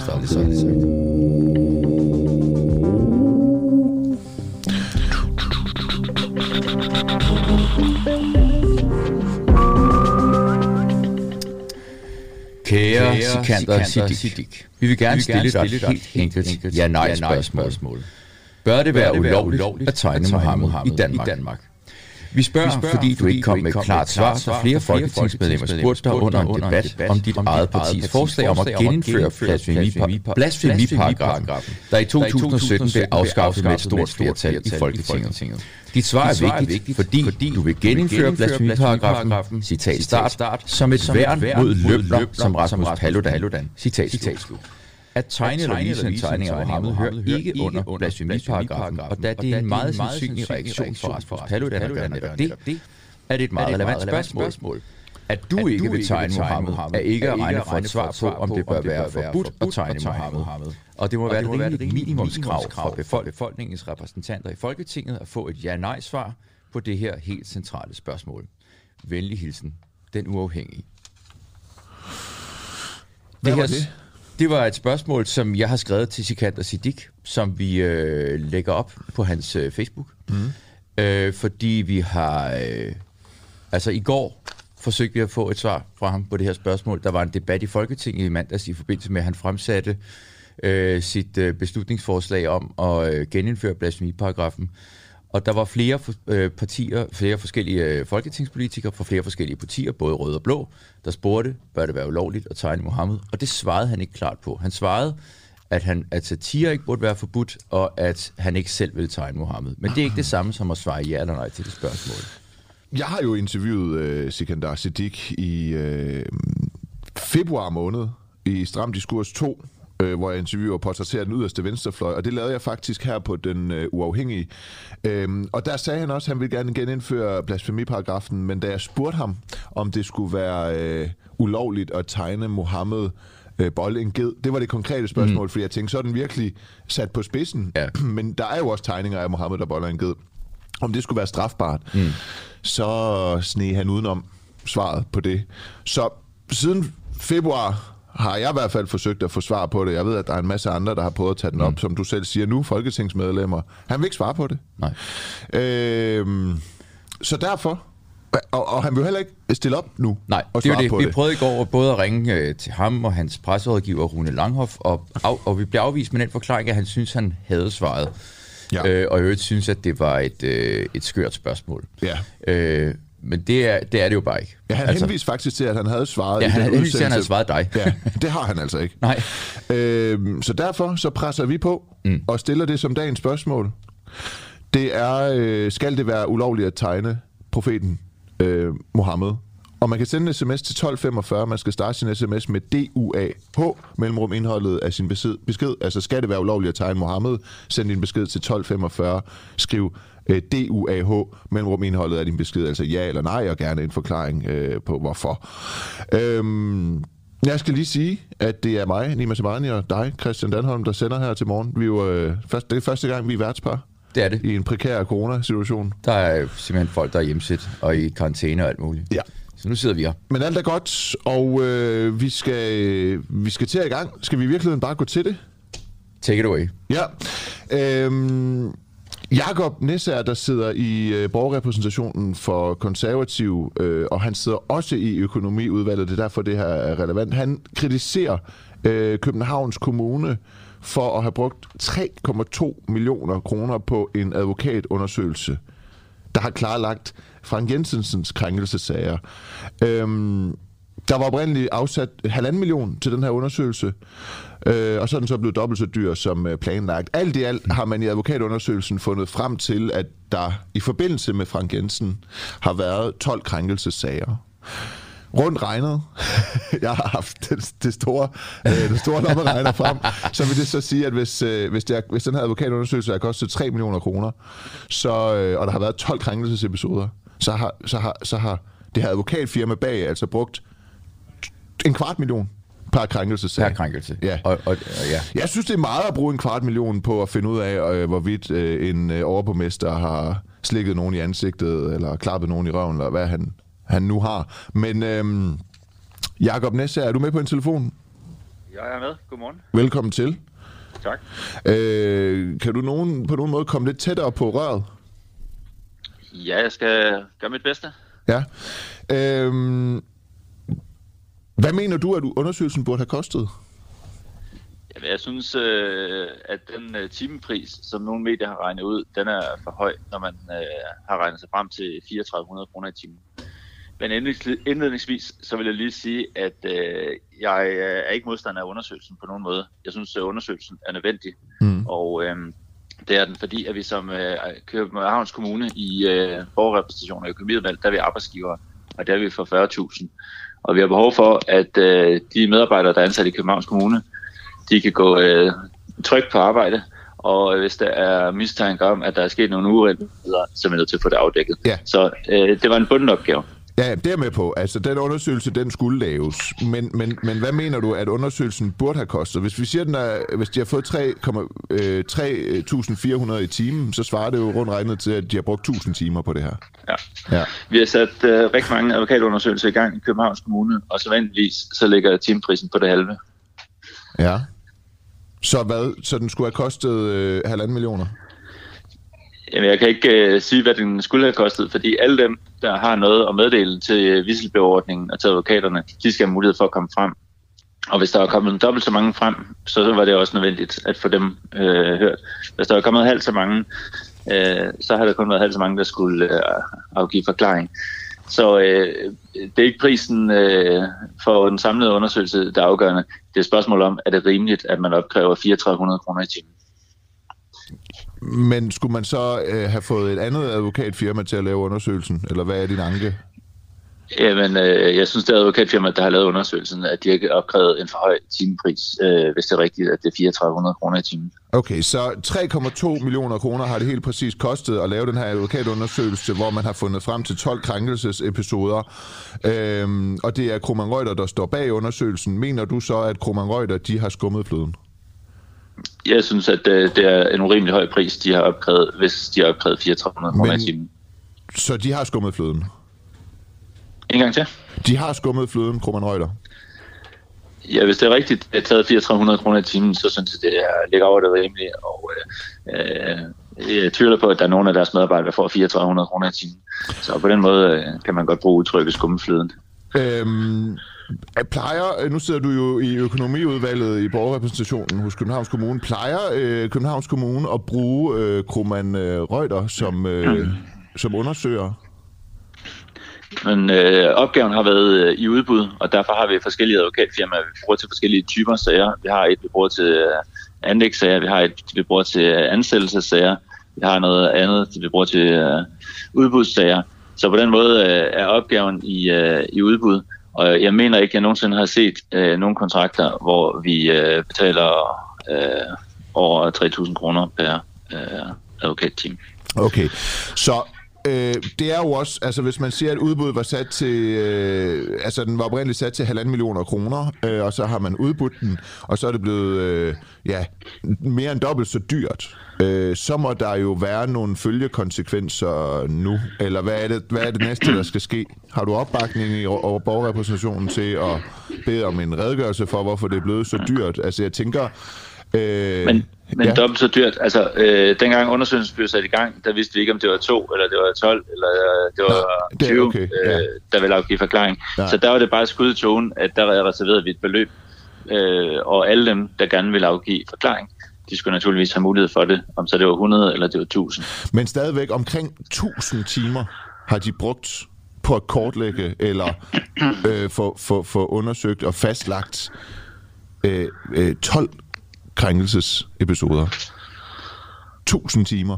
Kære Sikander Siddiq, vi vil gerne stille dig et helt enkelt ja-nej-spørgsmål. Bør det være ulovligt at tegne Mohammed i Danmark? Vi spørger, fordi du ikke kom med et klart svar, så flere folketingsmedlemmer spurgte dig under en debat om dit eget partis forslag om at genindføre blasfemiparagrafen, der i 2017 blev afskaffet med et stort flertal i Folketinget. Dit svar er vigtigt, fordi du vil genindføre blasfemiparagrafen, citat start, som et værn mod lømler som Rasmus Paludan, citat slut. At tegne eller vise en tegning af Mohammed hører ikke under blasfemiparagrafen, og da det er en meget sandsynlig reaktion fra Rasmus Paludan at gøre netop det, er det et meget relevant spørgsmål. At du ikke vil tegne Mohammed, er ikke at regne for et svar på, om det bør være forbudt at tegne Mohammed. Og det må være et rimeligt minimumskrav fra befolkningens repræsentanter i Folketinget at få et ja-nej-svar på det her helt centrale spørgsmål. Venlig hilsen, den uafhængige. Det var et spørgsmål, som jeg har skrevet til Sikander Siddiq, som vi lægger op på hans Facebook. Fordi vi har... i går forsøgte vi at få et svar fra ham på det her spørgsmål. Der var en debat i Folketinget i mandags i forbindelse med, at han fremsatte sit beslutningsforslag om at genindføre blasfemiparagrafen. Og der var flere partier, flere forskellige folketingspolitikere fra flere forskellige partier, både røde og blå, der spurgte, bør det være ulovligt at tegne Mohammed? Og det svarede han ikke klart på. Han svarede, at satire ikke burde være forbudt, og at han ikke selv ville tegne Mohammed. Men det er ikke det samme som at svare ja eller nej til det spørgsmål. Jeg har jo interviewet Sikander Siddiq i februar måned i Stram Diskurs 2, hvor jeg interviewer og portrætterer den yderste venstrefløj, og det lavede jeg faktisk her på Den Uafhængige. Og der sagde han også, at han ville gerne genindføre blasfemiparagrafen, men da jeg spurgte ham, om det skulle være ulovligt at tegne Mohammed bold en ged, det var det konkrete spørgsmål, fordi jeg tænkte, så er den virkelig sat på spidsen, men der er jo også tegninger af Mohammed, der boller en ged. Om det skulle være strafbart, så sneg han udenom svaret på det. Så siden februar har jeg i hvert fald forsøgt at få svar på det. Jeg ved, at der er en masse andre, der har prøvet at tage den op, som du selv siger nu, folketingsmedlemmer. Han vil ikke svare på det. Nej. Så derfor, og han vil heller ikke stille op nu. Nej, det er det. Vi prøvede i går både at ringe til ham og hans presserådgiver Rune Langhoff, og vi blev afvist med den forklaring, at han synes, han havde svaret. Ja. Og i øvrigt synes, at det var et skørt spørgsmål. Ja. Men det er det jo bare ikke. Ja, han henviste faktisk til, at han havde svaret. Ja, han henviste til, at han havde svaret dig. Ja, det har han altså ikke. Nej. Så derfor så presser vi på og stiller det som dagens spørgsmål. Det er, skal det være ulovligt at tegne profeten Mohammed? Og man kan sende en sms til 1245. Man skal starte sin sms med DUAH, mellemrum indholdet af sin besked. Altså, skal det være ulovligt at tegne Mohammed? Send din besked til 1245. Skriv DUAH, mellemrum indholdet af din besked. Altså ja eller nej, og gerne en forklaring på hvorfor. Jeg skal lige sige, at det er mig, Nima Samani, og dig, Christian Danholm, der sender her til morgen. Vi er jo, det er første gang, vi er værtspar. Det er det. I en prekær coronasituation. Der er simpelthen folk, der er hjemsat og i karantæne og alt muligt. Ja. Så nu sidder vi her. Men alt er godt, og vi skal til i gang. Skal vi i virkeligheden bare gå til det? Take it away. Ja. Jakob Nessager, der sidder i borgerrepræsentationen for Konservativ, og han sidder også i økonomiudvalget, det er derfor, det her er relevant. Han kritiserer Københavns Kommune for at have brugt 3,2 millioner kroner på en advokatundersøgelse, der har klarlagt Frank Jensensens krænkelsesager. Der var oprindeligt afsat 1,5 million til den her undersøgelse, og så er den så blevet dobbelt så dyr som planlagt. Alt i alt har man i advokatundersøgelsen fundet frem til, at der i forbindelse med Frank Jensen har været 12 krænkelsesager. Rundt regnet, jeg har haft det store lommeregner frem, så vil det så sige, at hvis den her advokatundersøgelse har kostet 3 millioner kroner, og der har været 12 krænkelsesepisoder, så har det her advokatfirma bag altså brugt 250.000 per krænkelsesag. Per krænkelse. Ja. Ja. Jeg synes, det er meget at bruge 250.000 på at finde ud af, hvorvidt en overborgmester har slikket nogen i ansigtet, eller klappet nogen i røven, eller hvad han nu har. Men Jakob Nessager, er du med på en telefon? Jeg er med. Godmorgen. Velkommen til. Tak. Kan du på nogen måde komme lidt tættere på røret? Ja, jeg skal gøre mit bedste. Ja. Hvad mener du, at undersøgelsen burde have kostet? Jamen, jeg synes, at den timepris, som nogle medier har regnet ud, den er for høj, når man har regnet sig frem til 3400 kroner i timen. Men indledningsvis, så vil jeg lige sige, at jeg er ikke modstander af undersøgelsen på nogen måde. Jeg synes, at undersøgelsen er nødvendig, og det er den, fordi at vi som Københavns Kommune i borgerrepræsentation og økonomiudvalg, der er vi arbejdsgivere, og der er vi for 40.000. Og vi har behov for, at de medarbejdere, der er ansat i Københavns Kommune, de kan gå trygt på arbejde, og hvis der er mistanke om, at der er sket nogle urettigheder, så er vi nødt til at få det afdækket. Ja. Så det var en bunden opgave. Ja, det er med på. Altså, den undersøgelse, den skulle laves. Men hvad mener du, at undersøgelsen burde have kostet? Hvis vi siger, hvis de har fået 3.400 i timen, så svarer det jo rundt regnet til, at de har brugt 1.000 timer på det her. Ja. Vi har sat rigtig mange advokatundersøgelser i gang i Københavns Kommune, og så vanligvis så ligger timeprisen på det halve. Ja. Så den skulle have kostet 1,5 millioner? Jamen, jeg kan ikke sige, hvad den skulle have kostet, fordi alle dem, der har noget at meddele til whistleblower-ordningen og til advokaterne, de skal have mulighed for at komme frem. Og hvis der er kommet dobbelt så mange frem, så var det også nødvendigt at få dem hørt. Hvis der er kommet halvt så mange, så har der kun været halvt så mange, der skulle afgive forklaring. Så det er ikke prisen for den samlede undersøgelse, der er afgørende. Det er et spørgsmål om, er det rimeligt, at man opkræver 3.400 kroner i timen. Men skulle man så have fået et andet advokatfirma til at lave undersøgelsen, eller hvad er din anke? Jamen, jeg synes, det er advokatfirma, der har lavet undersøgelsen, at de har opkrævet en for høj timepris, hvis det er rigtigt, at det er 3.400 kroner i timen. Okay, så 3,2 millioner kroner har det helt præcis kostet at lave den her advokatundersøgelse, hvor man har fundet frem til 12 krænkelsesepisoder, og det er Kromann Reuther, der står bag undersøgelsen. Mener du så, at Kromann Reuther, de har skummet fløden? Jeg synes, at det er en urimelig høj pris, de har opkrævet, hvis de har opkrævet 3.400 kroner i timen. Så de har skummet fløden? En gang til. De har skummet fløden, Kromann Reuther? Ja, hvis det er rigtigt, at taget 3.400 kroner i timen, så synes jeg, det ligger over det rimelige. Og jeg tvivler på, at der er nogen af deres medarbejdere, der får 3.400 kroner i timen. Så på den måde kan man godt bruge udtrykket skummefløden. Nu sidder du jo i økonomiudvalget i borgerrepræsentationen hos Københavns Kommune. Plejer Københavns Kommune at bruge Kromann Reuther som undersøger? Men opgaven har været i udbud, og derfor har vi forskellige advokatfirmaer, vi bruger til forskellige typer sager. Vi har et, vi bruger til anlægssager, vi har et, vi bruger til ansættelsessager, vi har noget andet, vi bruger til udbudssager. Så på den måde er opgaven i udbud. Og jeg mener ikke, at jeg nogensinde har set nogle kontrakter, hvor vi betaler over 3.000 kroner per advokatteam. Okay, så det er jo også, altså hvis man siger, at udbuddet var sat til, altså den var oprindeligt sat til 1,5 millioner kroner, og så har man udbudt den, og så er det blevet, mere end dobbelt så dyrt. Så må der jo være nogle følgekonsekvenser nu, eller hvad er det næste, der skal ske? Har du opbakning over borgerrepræsentationen til at bede om en redegørelse for, hvorfor det er blevet så dyrt? Altså jeg tænker... Men dobbelt så dyrt. Altså, dengang undersøgelsen blev sat i gang, der vidste vi ikke, om det var 2, eller det var 12, eller det var 20, okay. Der ville afgive forklaring. Ja. Så der var det bare skud i togen, at der reserverede vi et beløb, og alle dem, der gerne ville afgive forklaring, de skulle naturligvis have mulighed for det, om så det var 100 eller det var 1000. Men stadigvæk omkring 1000 timer har de brugt på at kortlægge, eller få undersøgt og fastlagt 12 krænkelsesepisoder. 1000 timer.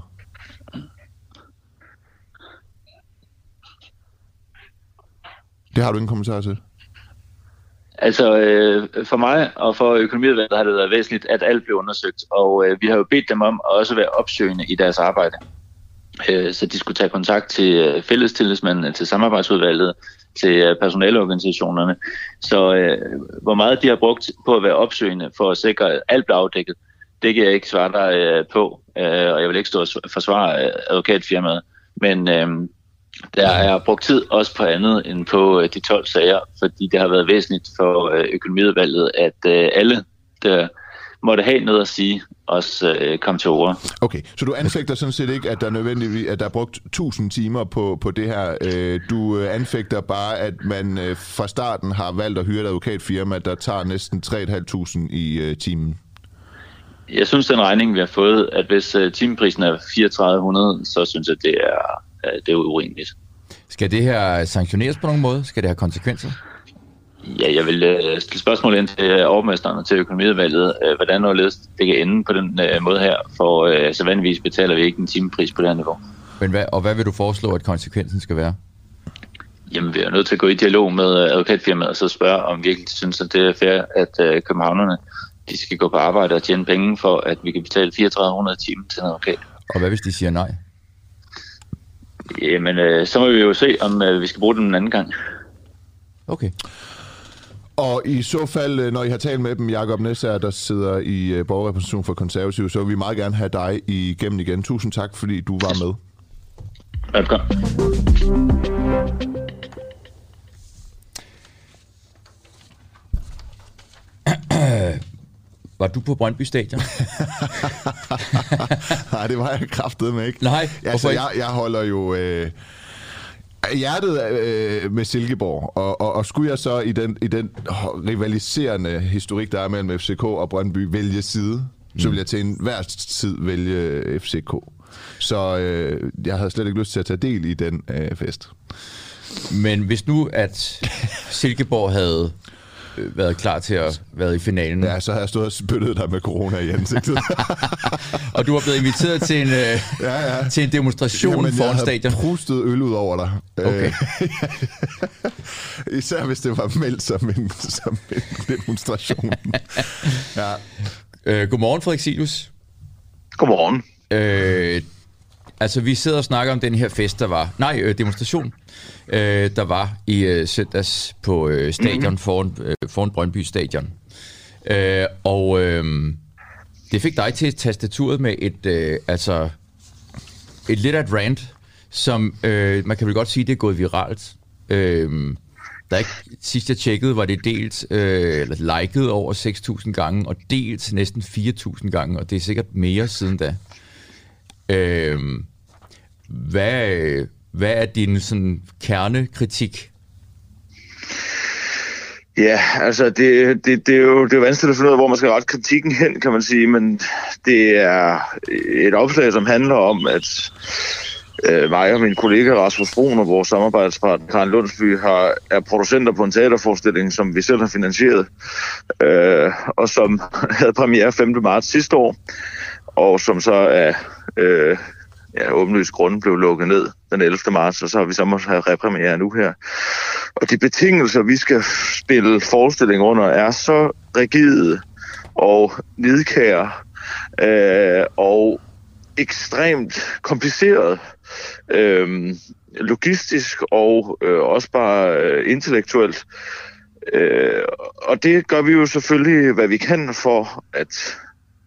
Det har du ingen kommentar til? Altså, for mig og for økonomiudvalget har det været væsentligt, at alt blev undersøgt, og vi har jo bedt dem om at også være opsøgende i deres arbejde. Så de skulle tage kontakt til fællestillidsmændene, til samarbejdsudvalget, til personaleorganisationerne. Så hvor meget de har brugt på at være opsøgende for at sikre, at alt bliver afdækket, det kan jeg ikke svare dig på, og jeg vil ikke stå og forsvare advokatfirmaet. Men Der er brugt tid også på andet end på de 12 sager, fordi det har været væsentligt for økonomiudvalget, at alle, der måtte have noget at sige, også kom til ord. Okay, så du anfægter sådan set ikke, at der nødvendigvis at der er brugt 1000 timer på det her. Du anfægter bare, at man fra starten har valgt at hyre et advokatfirma, der tager næsten 3.500 i timen. Jeg synes, den regning, vi har fået, at hvis timeprisen er 3.400, så synes jeg, det er urimeligt. Skal det her sanktioneres på nogen måde? Skal det have konsekvenser? Ja, jeg vil stille spørgsmål ind til overmesteren og til økonomiudvalget, hvordan det kan ende på den måde her, for så vanligvis betaler vi ikke en timepris på det her niveau. Men hvad vil du foreslå, at konsekvensen skal være? Jamen, vi er nødt til at gå i dialog med advokatfirmaet og så spørge, om virkelig de synes, at det er fair, at københavnerne de skal gå på arbejde og tjene penge for, at vi kan betale 3.400 timer til en advokat. Og hvad hvis de siger nej? Jamen, så må vi jo se, om vi skal bruge den en anden gang. Okay. Og i så fald, når I har talt med dem, Jakob Næssager, der sidder i borgerrepræsentation for Konservative, så vil vi meget gerne have dig igennem igen. Tusind tak, fordi du var med. Velkommen. Var du på Brøndby Stadion? Nej, det var jeg kraftedeme ikke. Nej, altså, jeg holder jo hjertet med Silkeborg, og skulle jeg så i den rivaliserende historik, der er mellem FCK og Brøndby, vælge side, så vil jeg til enhver tid vælge FCK. Så jeg havde slet ikke lyst til at tage del i den fest. Men hvis nu, at Silkeborg havde været klar til at være i finalen. Ja, så har jeg stået og spyttet dig med corona i ansigtet. Og du var blevet inviteret til en, til en demonstration foran stadion. Jeg havde prustet øl ud over dig. Okay. Især hvis det var meldt som en demonstration. Ja. Godmorgen, Frederik Silus. Godmorgen. Altså, vi sidder og snakker om den her fest, der var... demonstration, der var i søndags på stadion foran Brøndby Stadion. Og det fik dig til tastaturet med et lidt af et rant, som man kan vel godt sige, det er gået viralt. Sidst jeg tjekkede, var det delt, eller liket over 6.000 gange, og delt næsten 4.000 gange, og det er sikkert mere siden da. Hvad er din sådan kernekritik? Ja, altså det er jo vanskeligt at finde ud af, hvor man skal rette kritikken hen, kan man sige, men det er et opslag, som handler om, at mig og min kollega Rasmus Brun og vores samarbejdspartner Karen Lundsby er producenter på en teaterforestilling, som vi selv har finansieret, og som havde premiere 5. marts sidste år, og som så er åbenlyst grunde blev lukket ned den 11. marts, og så har vi så måtte have repremiere nu her. Og de betingelser, vi skal spille forestilling under, er så rigide og nidkære og ekstremt kompliceret, logistisk og også bare intellektuelt. Og det gør vi jo selvfølgelig, hvad vi kan for at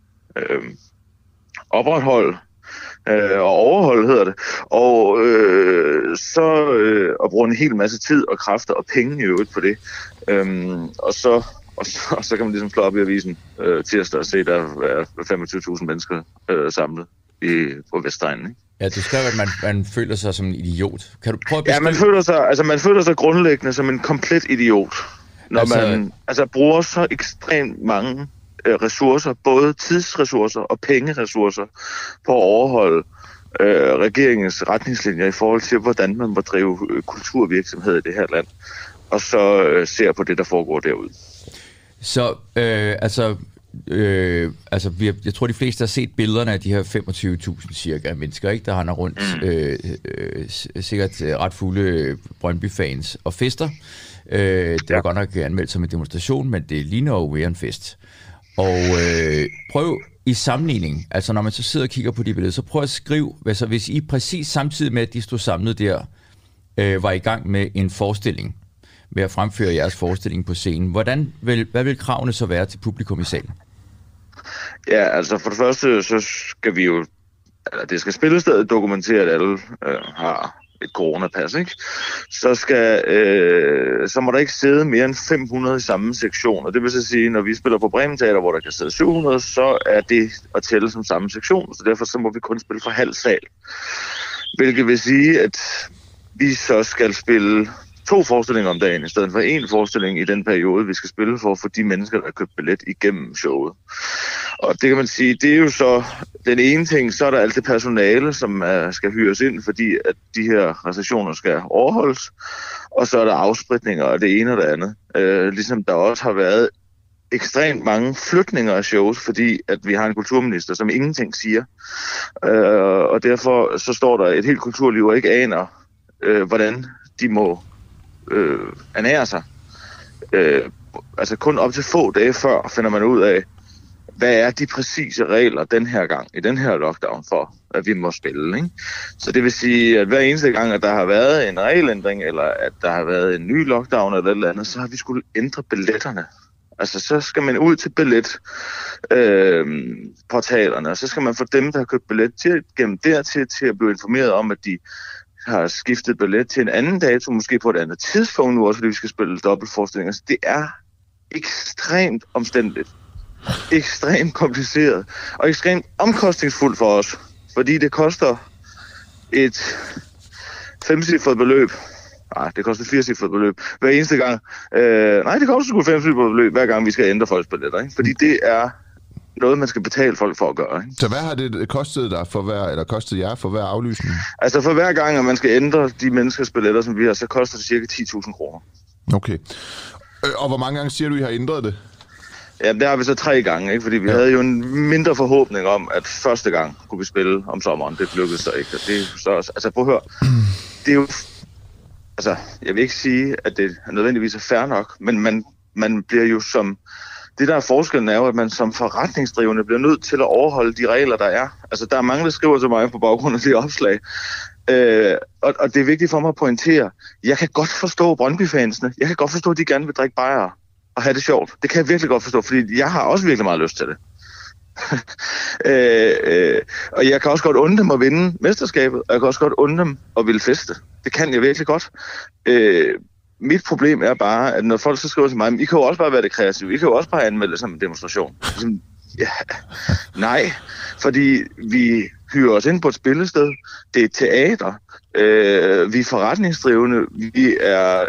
opretholde og overholde, hedder det, og så at bruge en hel masse tid og kræfter og penge i øvrigt på det. Og så kan man ligesom slå op i avisen tirsdag og se, der er 25.000 mennesker samlet på Vestegnen. Ikke? Ja, du skrev, at man føler sig som en idiot. Kan du prøve at beskrive? Ja, man føler sig grundlæggende som en komplet idiot, når man bruger så ekstremt mange ressourcer, både tidsressourcer og pengeressourcer, på at overholde regeringens retningslinjer i forhold til, hvordan man må drive kulturvirksomhed i det her land, og så ser på det, der foregår derude. Så jeg tror, de fleste har set billederne af de her 25.000 cirka mennesker, ikke, der render rundt, sikkert ret fulde Brøndby-fans og fester. Det er godt nok anmeldt som en demonstration, men det ligner jo mere en fest. Og prøv i sammenligning, altså når man så sidder og kigger på de billeder, så prøv at skrive, altså hvis I præcis samtidig med, at de stod samlet der, var i gang med en forestilling, med at fremføre jeres forestilling på scenen, hvad vil kravene så være til publikum i salen? Ja, altså for det første, så skal vi jo, det skal spillestedet dokumentere, at alle har et coronapas, ikke? Så må der ikke sidde mere end 500 i samme sektion. Og det vil så sige, når vi spiller på Bremen Teater, hvor der kan sidde 700, så er det at tælle som samme sektion. Så derfor så må vi kun spille for halv sal. Hvilket vil sige, at vi så skal spille 2 forestillinger om dagen, i stedet for 1 forestilling i den periode, vi skal spille for de mennesker, der har købt billet igennem showet. Og det kan man sige, det er jo så den ene ting, så er der alt det personale, som skal hyres ind, fordi at de her restriktioner skal overholdes. Og så er der afspritninger og det ene og det andet. Ligesom der også har været ekstremt mange flytninger af shows, fordi at vi har en kulturminister, som ingenting siger. Og derfor så står der et helt kulturliv og ikke aner, hvordan de må ernære sig. Altså kun op til få dage før finder man ud af, hvad er de præcise regler den her gang, i den her lockdown, for at vi må spille. Ikke? Så det vil sige, at hver eneste gang, at der har været en regelændring, eller at der har været en ny lockdown eller et eller andet, så har vi skulle ændre billetterne. Altså, så skal man ud til billetportalerne, og så skal man få dem, der har købt billet gennem dertil, til at blive informeret om, at de har skiftet billet til en anden dato, måske på et andet tidspunkt nu også, fordi vi skal spille dobbeltforestillinger. Så det er ekstremt omstændigt, ekstremt kompliceret og ekstremt omkostningsfuldt for os, fordi det koster et 5-cifret beløb. Nej, det koster 4-cifret beløb hver eneste gang. Det koster sgu 5-cifret beløb, hver gang vi skal ændre folks billetter, ikke? Fordi det er noget, man skal betale folk for at gøre. Ikke? Så hvad har det kostet dig kostet jer for hver aflysning? Altså for hver gang, at man skal ændre de menneskers billetter, som vi har, så koster det cirka 10.000 kroner. Okay. Og hvor mange gange siger du, I har ændret det? Ja, det har vi så 3 gange, ikke? Fordi vi havde jo en mindre forhåbning om, at første gang kunne vi spille om sommeren. Det lykkedes så ikke. Og det er så også, altså prøv at høre, det er jo, altså jeg vil ikke sige, at det nødvendigvis er fair nok, men man bliver jo som, det der er forskellen er jo, at man som forretningsdrivende bliver nødt til at overholde de regler, der er. Altså der er mange, der skriver til mig på baggrund af det opslag. Og det er vigtigt for mig at pointere, jeg kan godt forstå Brøndby-fansene. Jeg kan godt forstå, at de gerne vil drikke bajere og have det sjovt. Det kan jeg virkelig godt forstå, fordi jeg har også virkelig meget lyst til det. Og jeg kan også godt undre dem at vinde mesterskabet, og jeg kan også godt undre dem at ville feste. Det kan jeg virkelig godt. Mit problem er bare, at når folk så skriver til mig, I kan jo også bare være det kreative, I kan jo også bare anmelde det som en demonstration. Ja, nej, fordi vi hyrer os ind på et spillested, det er et teater, vi er forretningsdrivende, vi er,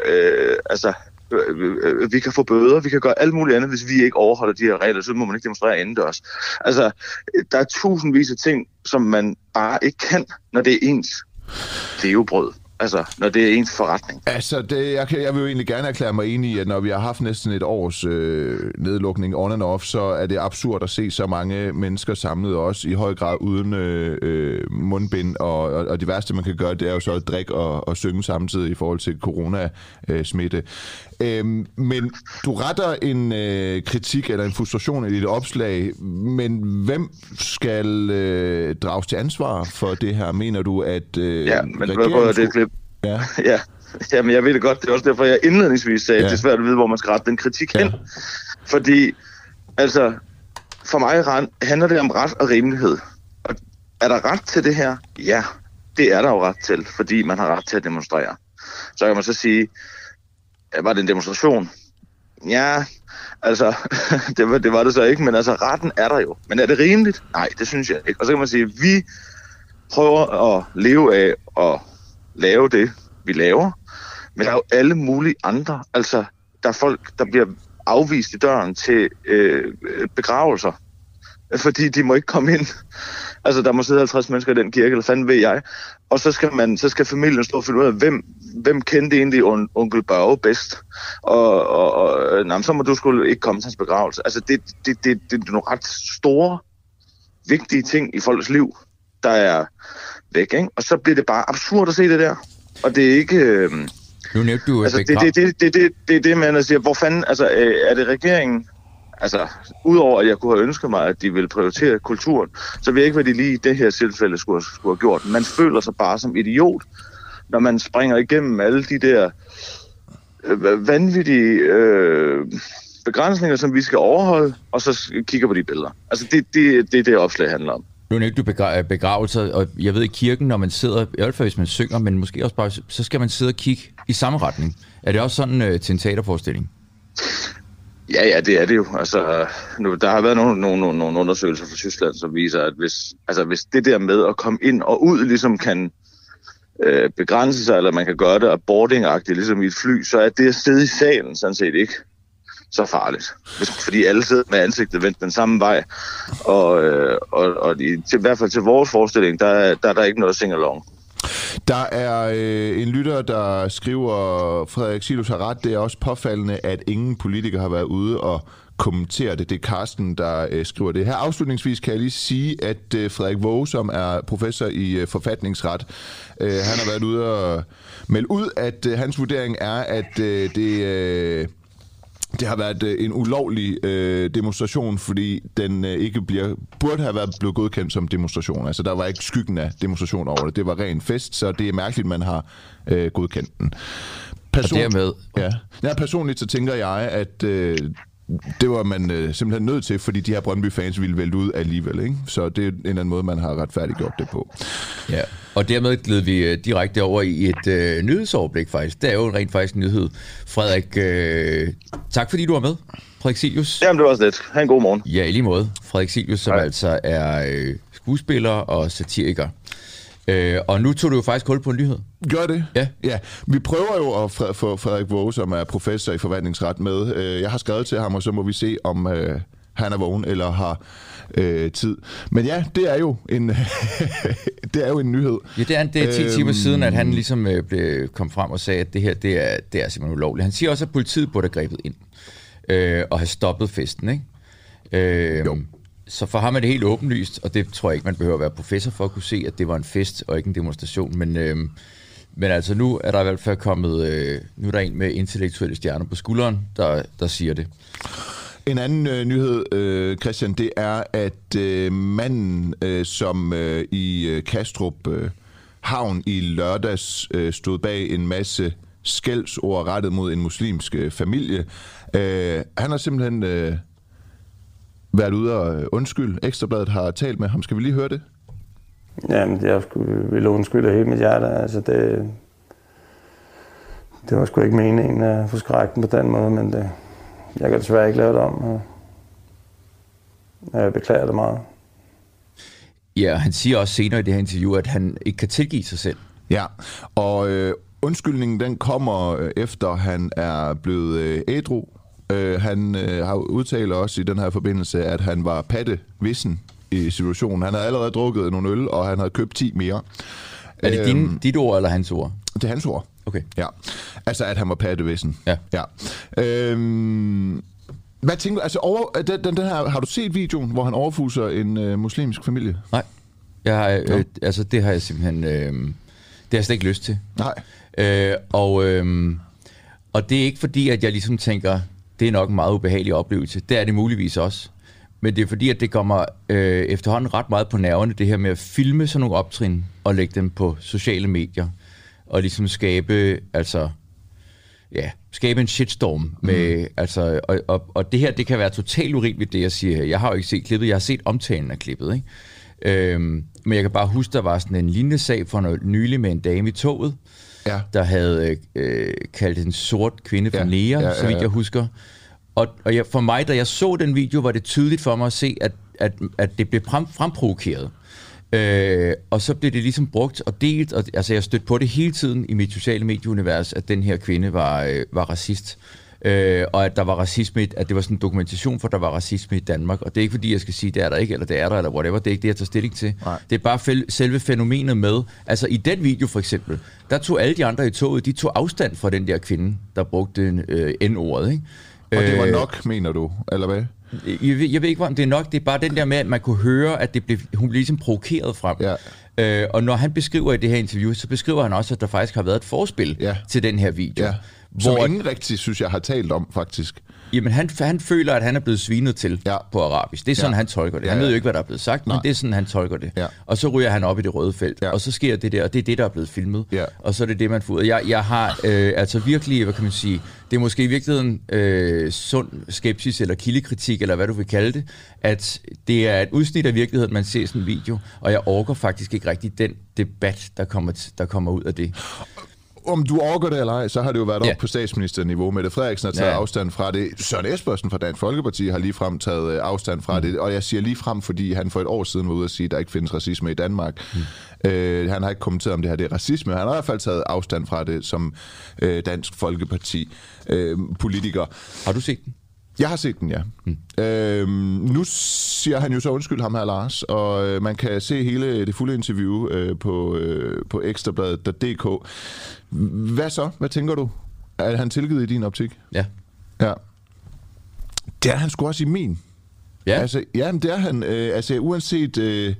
vi kan få bøder, vi kan gøre alt muligt andet, hvis vi ikke overholder de her regler, så må man ikke demonstrere indendørs. Altså, der er tusindvis af ting, som man bare ikke kan, når det er ens levebrød. Altså, når det er ens forretning. Altså, jeg vil jo egentlig gerne erklære mig enig i, at når vi har haft næsten et års nedlukning on and off, så er det absurd at se så mange mennesker samlet, også i høj grad uden mundbind, og det værste, man kan gøre, det er jo så at drikke og synge samtidig i forhold til coronasmitte. Men du retter en kritik eller en frustration i dit opslag, men hvem skal drages til ansvar for det her? mener du, at regeringen Ja, men jeg ved det godt. Det er også derfor, jeg indledningsvis sagde, at det er svært at vide, hvor man skal rette den kritik hen. Fordi, altså, for mig handler det om ret og rimelighed. Og er der ret til det her? Ja, det er der jo ret til, fordi man har ret til at demonstrere. Så kan man så sige, var det en demonstration? Ja, altså, det var det så ikke, men altså, retten er der jo. Men er det rimeligt? Nej, det synes jeg ikke. Og så kan man sige, vi prøver at leve af og lave det, vi laver, men der er jo alle mulige andre. Altså, der er folk, der bliver afvist i døren til begravelser, fordi de må ikke komme ind. Altså, der må sidde 50 mennesker i den kirke, eller fanden ved jeg. Og så skal familien stå og finde ud af, hvem kendte egentlig onkel Børge bedst. Og så må du skulle ikke komme til hans begravelse. Altså, det er nogle ret store, vigtige ting i folks liv, der er væk, ikke? Og så bliver det bare absurd at se det der. Og det er ikke... Nu nævnte du... Altså, det er det, man siger, hvor fanden... Altså, er det regeringen... Altså, udover at jeg kunne have ønsket mig, at de ville prioritere kulturen, så ved jeg ikke, hvad de lige i det her tilfælde skulle have gjort. Man føler sig bare som idiot, når man springer igennem alle de der vanvittige begrænsninger, som vi skal overholde, og så kigger på de billeder. Altså, det er det opslag handler om. Nu nævnte du begravelser, og jeg ved i kirken, når man sidder, i hvert fald hvis man synger, men måske også bare, så skal man sidde og kigge i samme retning. Er det også sådan til en teaterforestilling? Ja, det er det jo. Altså, der har været nogle undersøgelser fra Tyskland, som viser, at hvis det der med at komme ind og ud ligesom kan begrænse sig, eller man kan gøre det boarding-agtigt, ligesom i et fly, så er det at sidde i salen sådan set ikke så farligt. Fordi alle sidder med ansigtet vendt den samme vej. Og i hvert fald til vores forestilling, der er der ikke noget sing-along. Der er en lytter, der skriver, Frederik Silus har ret, det er også påfaldende, at ingen politiker har været ude og kommentere det. Det er Carsten, der skriver det. Her afslutningsvis kan jeg lige sige, at Frederik Waage, som er professor i forfatningsret, han har været ude og melde ud, at hans vurdering er, at det har været en ulovlig demonstration, fordi den ikke burde have blevet godkendt som demonstration. Altså, der var ikke skyggen af demonstration over det. Det var ren fest, så det er mærkeligt, man har godkendt den. Personligt så tænker jeg, at det var man simpelthen nødt til, fordi de her Brøndby-fans ville vælte ud alligevel, ikke? Så det er en eller anden måde, man har retfærdiggjort det på. Ja, og dermed gled vi direkte over i et nyhedsoverblik faktisk. Det er jo rent faktisk en nyhed. Frederik, tak fordi du var med. Frederik Silus. Jamen, det var også lidt. Ha' en god morgen. Ja, i lige måde. Frederik Silus, som altså er skuespiller og satiriker. Og nu tog du jo faktisk hul på en nyhed. Gør det? Ja. Vi prøver jo at få Frederik Waage, som er professor i forvaltningsret, med. Jeg har skrevet til ham, og så må vi se, om han er vågen eller har tid. Men ja, det er jo en, det er jo en nyhed. Ja, det er 10 timer siden, at han ligesom kom frem og sagde, at det her det er simpelthen ulovligt. Han siger også, at politiet burde have grebet ind og have stoppet festen, ikke? Jo. Så for ham er det helt åbenlyst, og det tror jeg ikke, man behøver at være professor for at kunne se, at det var en fest og ikke en demonstration. Men altså nu er der i hvert fald kommet, nu er der en med intellektuelle stjerner på skulderen, der siger det. En anden nyhed, Christian, det er, at manden, som i Kastrup havn i lørdags stod bag en masse skældsord rettet mod en muslimsk familie, han har simpelthen været ude og undskylde. Ekstrabladet har talt med ham. Skal vi lige høre det? Jamen, jeg ville undskylde hele mit hjerte. Altså, det var sgu ikke meningen at forskrække den på den måde, men jeg kan desværre ikke lave det om. Jeg beklager det meget. Ja, han siger også senere i det her interview, at han ikke kan tilgive sig selv. Ja, og undskyldningen den kommer efter han er blevet ædru. Han har udtalt også i den her forbindelse, at han var pattevissen i situationen. Han havde allerede drukket nogle øl, og han havde købt 10 mere. Er det dit ord eller hans ord? Det er hans ord. Okay. Ja. Altså, at han var pattevissen. Ja. Hvad tænker du? Altså, den her, har du set videoen, hvor han overfuser en muslimsk familie? Nej. Altså, det har jeg simpelthen... det har jeg slet ikke lyst til. Nej. Og det er ikke fordi, at jeg ligesom tænker, det er nok en meget ubehagelig oplevelse. Det er det muligvis også. Men det er fordi, at det kommer efterhånden ret meget på nerverne, det her med at filme sådan nogle optrin og lægge dem på sociale medier. Og ligesom skabe en shitstorm med, og det her, det kan være totalt urimeligt, det jeg siger her. Jeg har jo ikke set klippet, jeg har set omtalen af klippet, ikke? Men jeg kan bare huske, der var sådan en lignende sag for noget nylig med en dame i toget, der havde kaldt en sort kvinde for nære, så vidt jeg husker. Og for mig, da jeg så den video, var det tydeligt for mig at se, at det blev fremprovokeret. Og så blev det ligesom brugt og delt, og altså jeg stødte på det hele tiden i mit sociale medieunivers, at den her kvinde var racist. Og at der var racisme, at det var sådan en dokumentation for, at der var racisme i Danmark. Og det er ikke fordi, jeg skal sige, det er der ikke, eller det er der, eller whatever. Det er ikke det, jeg tager stilling til. Nej. Det er bare selve fænomenet med. Altså i den video for eksempel, der tog alle de andre i toget, de tog afstand fra den der kvinde, der brugte N-ordet, ikke? Og det var nok, mener du, eller hvad? Jeg ved ikke, om det er nok. Det er bare den der med, at man kunne høre, at hun blev ligesom provokeret frem. Ja. Og når han beskriver i det her interview, så beskriver han også, at der faktisk har været et forspil til den her video. Ja. Som ingen rigtig, synes jeg, har talt om, faktisk. Jamen, han føler, at han er blevet svinet til på arabisk. Det er sådan, han tolker det. Han ved jo ikke, hvad der er blevet sagt, men det er sådan, han tolker det. Ja. Og så ryger han op i det røde felt, og så sker det der, og det er det, der er blevet filmet. Ja. Og så er det det, man får ud. Jeg har altså virkelig, hvad kan man sige, det er måske i virkeligheden sund skepsis eller kildekritik, eller hvad du vil kalde det, at det er et udsnit af virkeligheden, man ser sådan en video, og jeg orker faktisk ikke rigtig den debat, der kommer ud af det. Om du orker det eller ej, så har det jo været op på statsministerniveau. Mette Frederiksen har taget afstand fra det. Søren Espersen fra Dansk Folkeparti har ligefrem taget afstand fra det. Og jeg siger ligefrem, fordi han for et år siden var ude at sige, at der ikke findes racisme i Danmark. Han har ikke kommenteret, om det her det er racisme. Han har i hvert fald taget afstand fra det som Dansk Folkeparti-politiker. Har du set den? Jeg har set den, ja. Nu siger han jo så undskyld ham her, Lars, og man kan se hele det fulde interview på ekstrabladet.dk. Hvad så? Hvad tænker du? Er han tilgivet i din optik? Ja. Ja. Det er han sgu også i min. Ja? Altså, ja, det er han. Uanset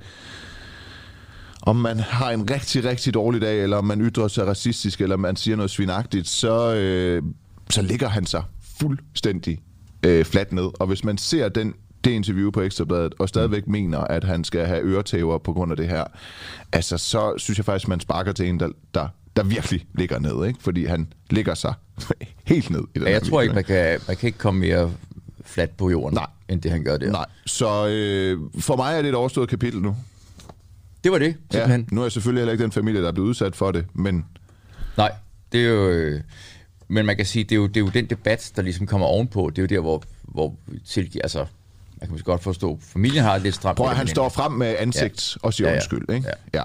om man har en rigtig, rigtig dårlig dag, eller om man ytrer sig racistisk, eller man siger noget svinagtigt, så ligger han sig fuldstændig fladt ned. Og hvis man ser det interview på Ekstrabladet, og stadigvæk mener, at han skal have øretæver på grund af det her, altså så synes jeg faktisk, man sparker til en, der virkelig ligger ned, ikke? Fordi han ligger sig helt ned i den jeg tror ikke, man kan ikke komme mere fladt på jorden, end det han gør der. Nej, så for mig er det et overstået kapitel nu. Det var det, simpelthen. Ja, nu er jeg selvfølgelig heller ikke den familie, der er blevet udsat for det, men... Nej, det er jo... Men man kan sige, det er jo den debat, der ligesom kommer ovenpå. Det er jo der, hvor altså, man kan måske godt forstå, familien har lidt stramt. Prøv at han står frem med ansigt og siger undskyld, ikke? Ja.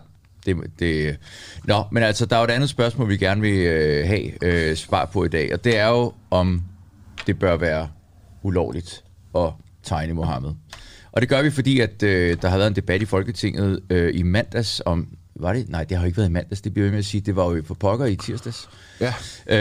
Nå, men altså, der er jo et andet spørgsmål, vi gerne vil have svar på i dag, og det er jo, om det bør være ulovligt at tegne Mohammed. Og det gør vi, fordi at der har været en debat i Folketinget i mandags om... Var det? Nej, det har jo ikke været i mandags, det bliver jeg med at sige. Det var jo for pokker i tirsdags. Ja.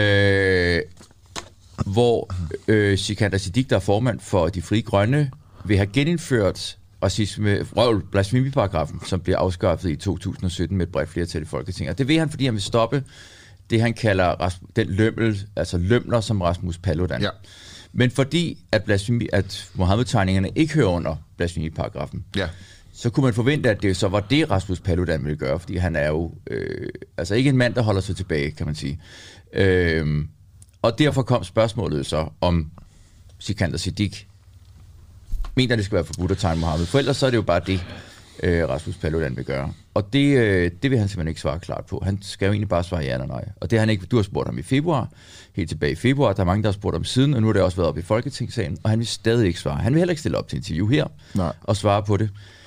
Hvor Sikandar Siddique, der er formand for De Frie Grønne, vil have genindført blasfemiparagrafen, som bliver afskaffet i 2017 med et bredt flertal i Folketinget. Og det vil han, fordi han vil stoppe det, han kalder den lømler som Rasmus Paludan. Ja. Men fordi at Mohammed-tegningerne ikke hører under blasfemiparagrafen, så kunne man forvente, at det så var det, Rasmus Paludan ville gøre, fordi han er jo ikke en mand, der holder sig tilbage, kan man sige. Og derfor kom spørgsmålet så, om Sikandar Siddique mener, det skal være forbudt at tegne Mohammed. For ellers så er det jo bare det, Rasmus Paludan vil gøre. Og det vil han simpelthen ikke svare klart på. Han skal jo egentlig bare svare ja eller nej. Og det har han ikke. Du har spurgt ham i februar, helt tilbage i februar. Der er mange, der har spurgt ham siden, og nu har det også været op i Folketingssalen, og han vil stadig ikke svare. Han vil heller ikke stille op til interview her og svare på det.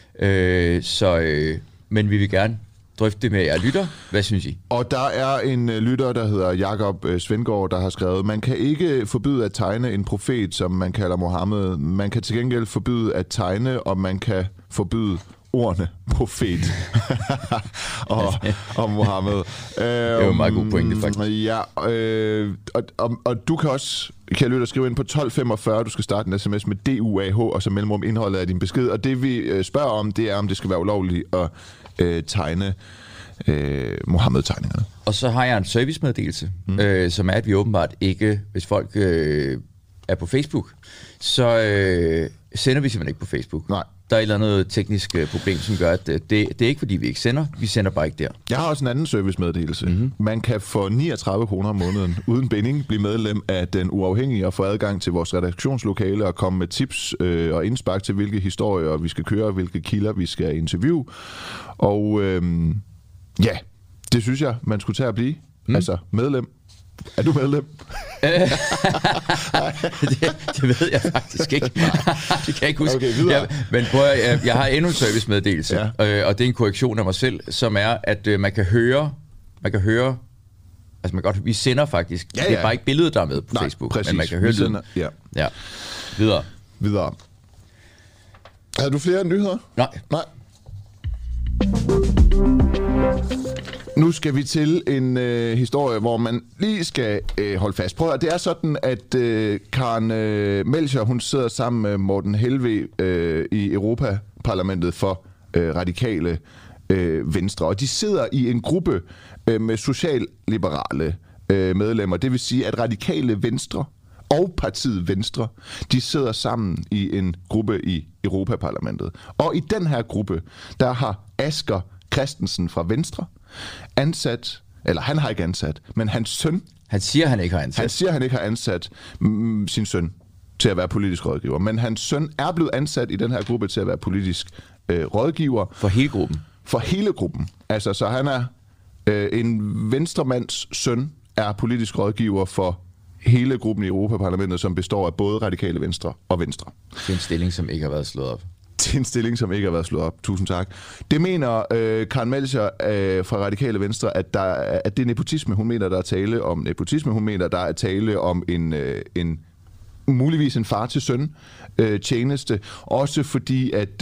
Men vi vil gerne drøfte det med jer lytter. Hvad synes I? Og der er en lytter, der hedder Jakob Svendgaard, der har skrevet: man kan ikke forbyde at tegne en profet, som man kalder Mohammed. Man kan til gengæld forbyde at tegne, og man kan forbyde ordene profet og Mohammed. Det er jo en meget god pointe, faktisk. Ja, og du kan også, kan lytte og skrive ind på 1245, du skal starte en sms med DUAH, og så mellemrum indholdet af din besked. Og det vi spørger om, det er, om det skal være ulovligt at tegne Mohammed-tegningerne. Og så har jeg en servicemeddelelse, som er, at vi åbenbart ikke, hvis folk er på Facebook, så sender vi simpelthen ikke på Facebook. Nej. Der er et eller andet teknisk problem, som gør, at det er ikke, fordi vi ikke sender. Vi sender bare ikke der. Jeg har også en anden servicemeddelelse. Man kan for 39 kroner om måneden uden binding blive medlem af Den Uafhængige og få adgang til vores redaktionslokale og komme med tips og indspark til, hvilke historier vi skal køre, hvilke kilder vi skal interviewe. Og det synes jeg, man skulle tage at blive. Altså medlem. Er du medlem? det ved jeg faktisk ikke. Det kan jeg ikke huske. Okay, men jeg har endnu en servicemeddelelse, og det er en korrektion af mig selv, som er, at man kan høre, altså vi sender faktisk, det er bare ikke billedet, der er med på Facebook, præcis. Men man kan høre lyden. Ja. Videre. Har du flere nyheder? Nej. Nu skal vi til en historie, hvor man lige skal holde fast. Prøv at det er sådan, at Karen Melchior, hun sidder sammen med Morten Helveg i Europaparlamentet for radikale venstre. Og de sidder i en gruppe med socialliberale medlemmer. Det vil sige, at radikale venstre og partiet Venstre, de sidder sammen i en gruppe i Europaparlamentet. Og i den her gruppe, der har Asger Christensen fra Venstre ansat, eller han har ikke ansat, men hans søn... Han siger, han ikke har ansat sin søn til at være politisk rådgiver. Men hans søn er blevet ansat i den her gruppe til at være politisk rådgiver. For hele gruppen? For hele gruppen. Altså, så han er en venstremands søn, er politisk rådgiver for hele gruppen i Europaparlamentet, som består af både Radikale Venstre og Venstre. Det er en stilling, som ikke har været slået op. Tusind tak. Det mener Karen Melchior fra Radikale Venstre, at det er nepotisme. Hun mener, der er tale om nepotisme. Hun mener, der er tale om en muligvis en far til søn tjeneste. Også fordi, at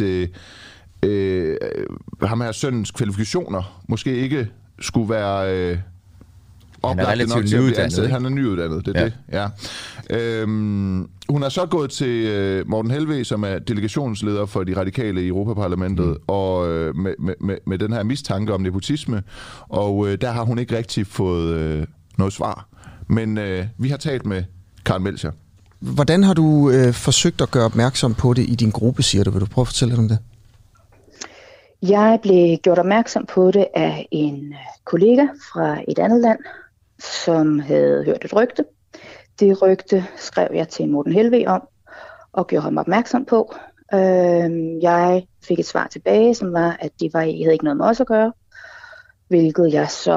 ham her sønnens kvalifikationer måske ikke skulle være... Han er relativt nyuddannet. Han er nyuddannet, det er det. Ja. Hun er så gået til Morten Helveg, som er delegationsleder for de radikale i Europaparlamentet, og med den her mistanke om nepotisme, og der har hun ikke rigtig fået noget svar. Men vi har talt med Karen Melchior. Hvordan har du forsøgt at gøre opmærksom på det i din gruppe, siger du? Vil du prøve at fortælle lidt om det? Jeg blev gjort opmærksom på det af en kollega fra et andet land, som havde hørt et rygte. Det rygte skrev jeg til Morten Helveg om, og gjorde ham opmærksom på. Jeg fik et svar tilbage, som var, at det havde ikke noget med os at gøre, hvilket jeg så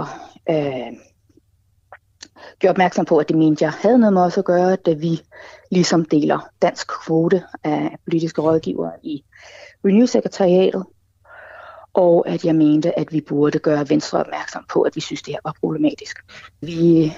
gjorde opmærksom på, at det mente, jeg havde noget med os at gøre, da vi ligesom deler dansk kvote af politiske rådgivere i Renew-sekretariatet, og at jeg mente, at vi burde gøre Venstre opmærksom på, at vi synes, det her var problematisk. Vi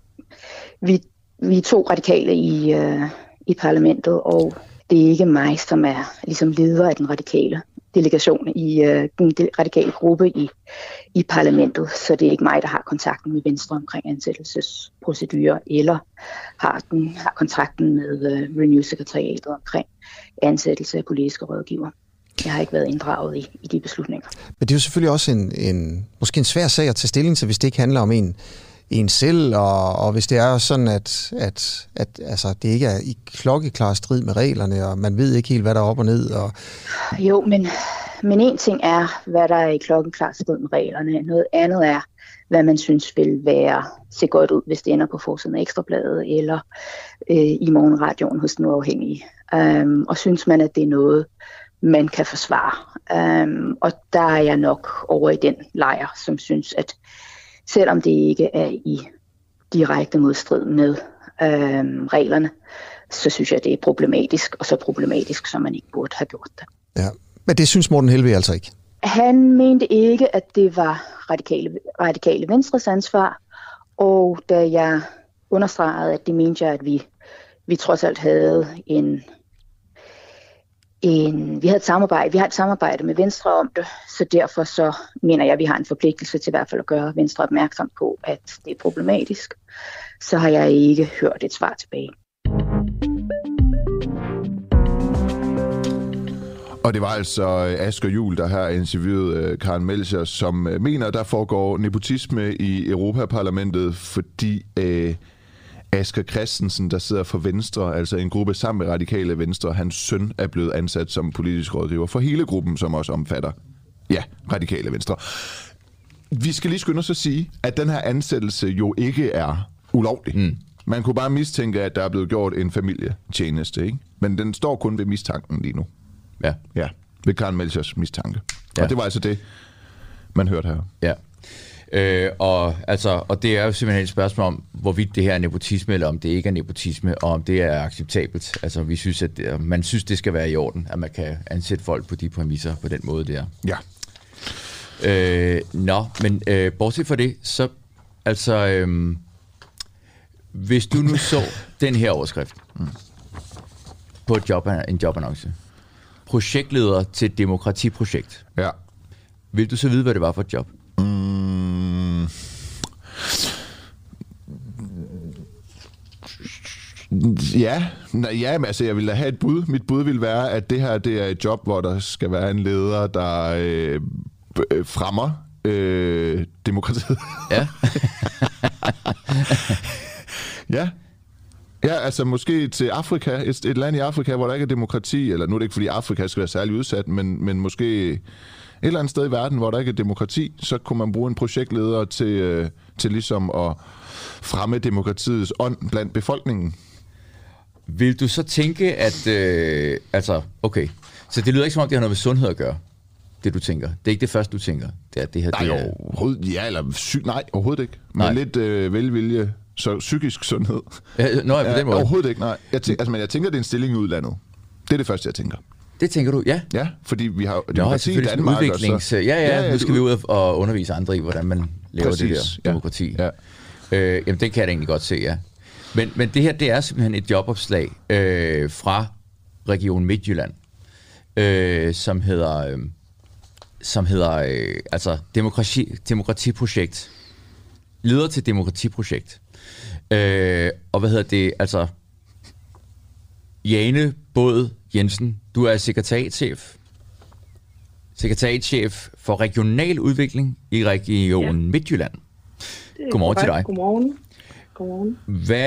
er 2 radikale i parlamentet, og det er ikke mig, som er ligesom leder af den radikale delegation i den radikale gruppe i parlamentet, så det er ikke mig, der har kontakten med Venstre omkring ansættelsesprocedurer, eller har kontakten med Renew-sekretariatet omkring ansættelse af politiske rådgiver. Jeg har ikke været inddraget i de beslutninger. Men det er jo selvfølgelig også måske en svær sag at tage stilling til, hvis det ikke handler om en selv, og hvis det er sådan, at altså, det ikke er i klokkeklar strid med reglerne, og man ved ikke helt, hvad der er op og ned. Og... Jo, men en ting er, hvad der er i klokkeklar strid med reglerne. Noget andet er, hvad man synes vil se godt ud, hvis det ender på forsiden af Ekstrabladet, eller i morgenradioen hos den uafhængige. Og synes man, at det er noget, man kan forsvare. Og der er jeg nok over i den lejr, som synes, at selvom det ikke er i direkte modstrid med reglerne, så synes jeg, det er problematisk, og så problematisk, som man ikke burde have gjort det. Ja, men det synes Morten Helveg altså ikke? Han mente ikke, at det var radikale Venstres ansvar, og da jeg understregede, at det mente jeg, at vi trods alt havde vi har et samarbejde med Venstre om det, så derfor så mener jeg, at vi har en forpligtelse til i hvert fald at gøre Venstre opmærksom på, at det er problematisk. Så har jeg ikke hørt et svar tilbage. Og det var altså Asger Juhl, der her interviewede Karen Melchior, som mener, der foregår nepotisme i Europaparlamentet, fordi Asger Christensen, der sidder for Venstre, altså en gruppe sammen med Radikale Venstre, hans søn er blevet ansat som politisk rådgiver for hele gruppen, som også omfatter, Radikale Venstre. Vi skal lige skynde os at sige, at den her ansættelse jo ikke er ulovlig. Man kunne bare mistænke, at der er blevet gjort en familietjeneste, ikke? Men den står kun ved mistanken lige nu. Ja, ved Karen Melchiors mistanke. Ja. Og det var altså det, man hørte her. Ja. Og det er jo simpelthen et spørgsmål om, hvorvidt det her er nepotisme, eller om det ikke er nepotisme, og om det er acceptabelt. Altså, vi synes, at man synes, det skal være i orden, at man kan ansætte folk på de præmisser på den måde der. Ja. Men bortset fra det, så hvis du nu så den her overskrift på en jobannonce, projektleder til et demokratiprojekt, vil du så vide, hvad det var for et job? Ja, men altså jeg vil da have et bud. Mit bud vil være, at det her det er et job, hvor der skal være en leder, der fremmer demokratiet. Ja. Ja. Ja, altså måske til Afrika, et land i Afrika, hvor der ikke er demokrati, eller nu er det ikke, fordi Afrika skal være særlig udsat, men måske et eller andet sted i verden, hvor der ikke er demokrati, så kunne man bruge en projektleder til ligesom at fremme demokratiets ånd blandt befolkningen. Vil du så tænke, at... okay, så det lyder ikke som om, det har noget med sundhed at gøre, det du tænker. Det er ikke det første, du tænker. Det er det her... Nej, overhovedet ikke. Men lidt velvilje, så psykisk sundhed. På den måde. Overhovedet ikke, nej. Jeg tænker, det er en stilling i udlandet. Det er det første, jeg tænker. Det tænker du, ja? Ja, fordi vi har demokrati i Danmark. Nu skal vi ud og undervise andre i, hvordan man laver det der demokrati. Ja. Jamen, det kan jeg da egentlig godt se, ja. Men det her, det er simpelthen et jobopslag fra Region Midtjylland, som hedder demokratiprojekt. Leder til demokratiprojekt. Og hvad hedder det, altså... Jane Båd Jensen, du er sekretariatschef for regional udvikling i Region Midtjylland. Godmorgen til dig. Godmorgen.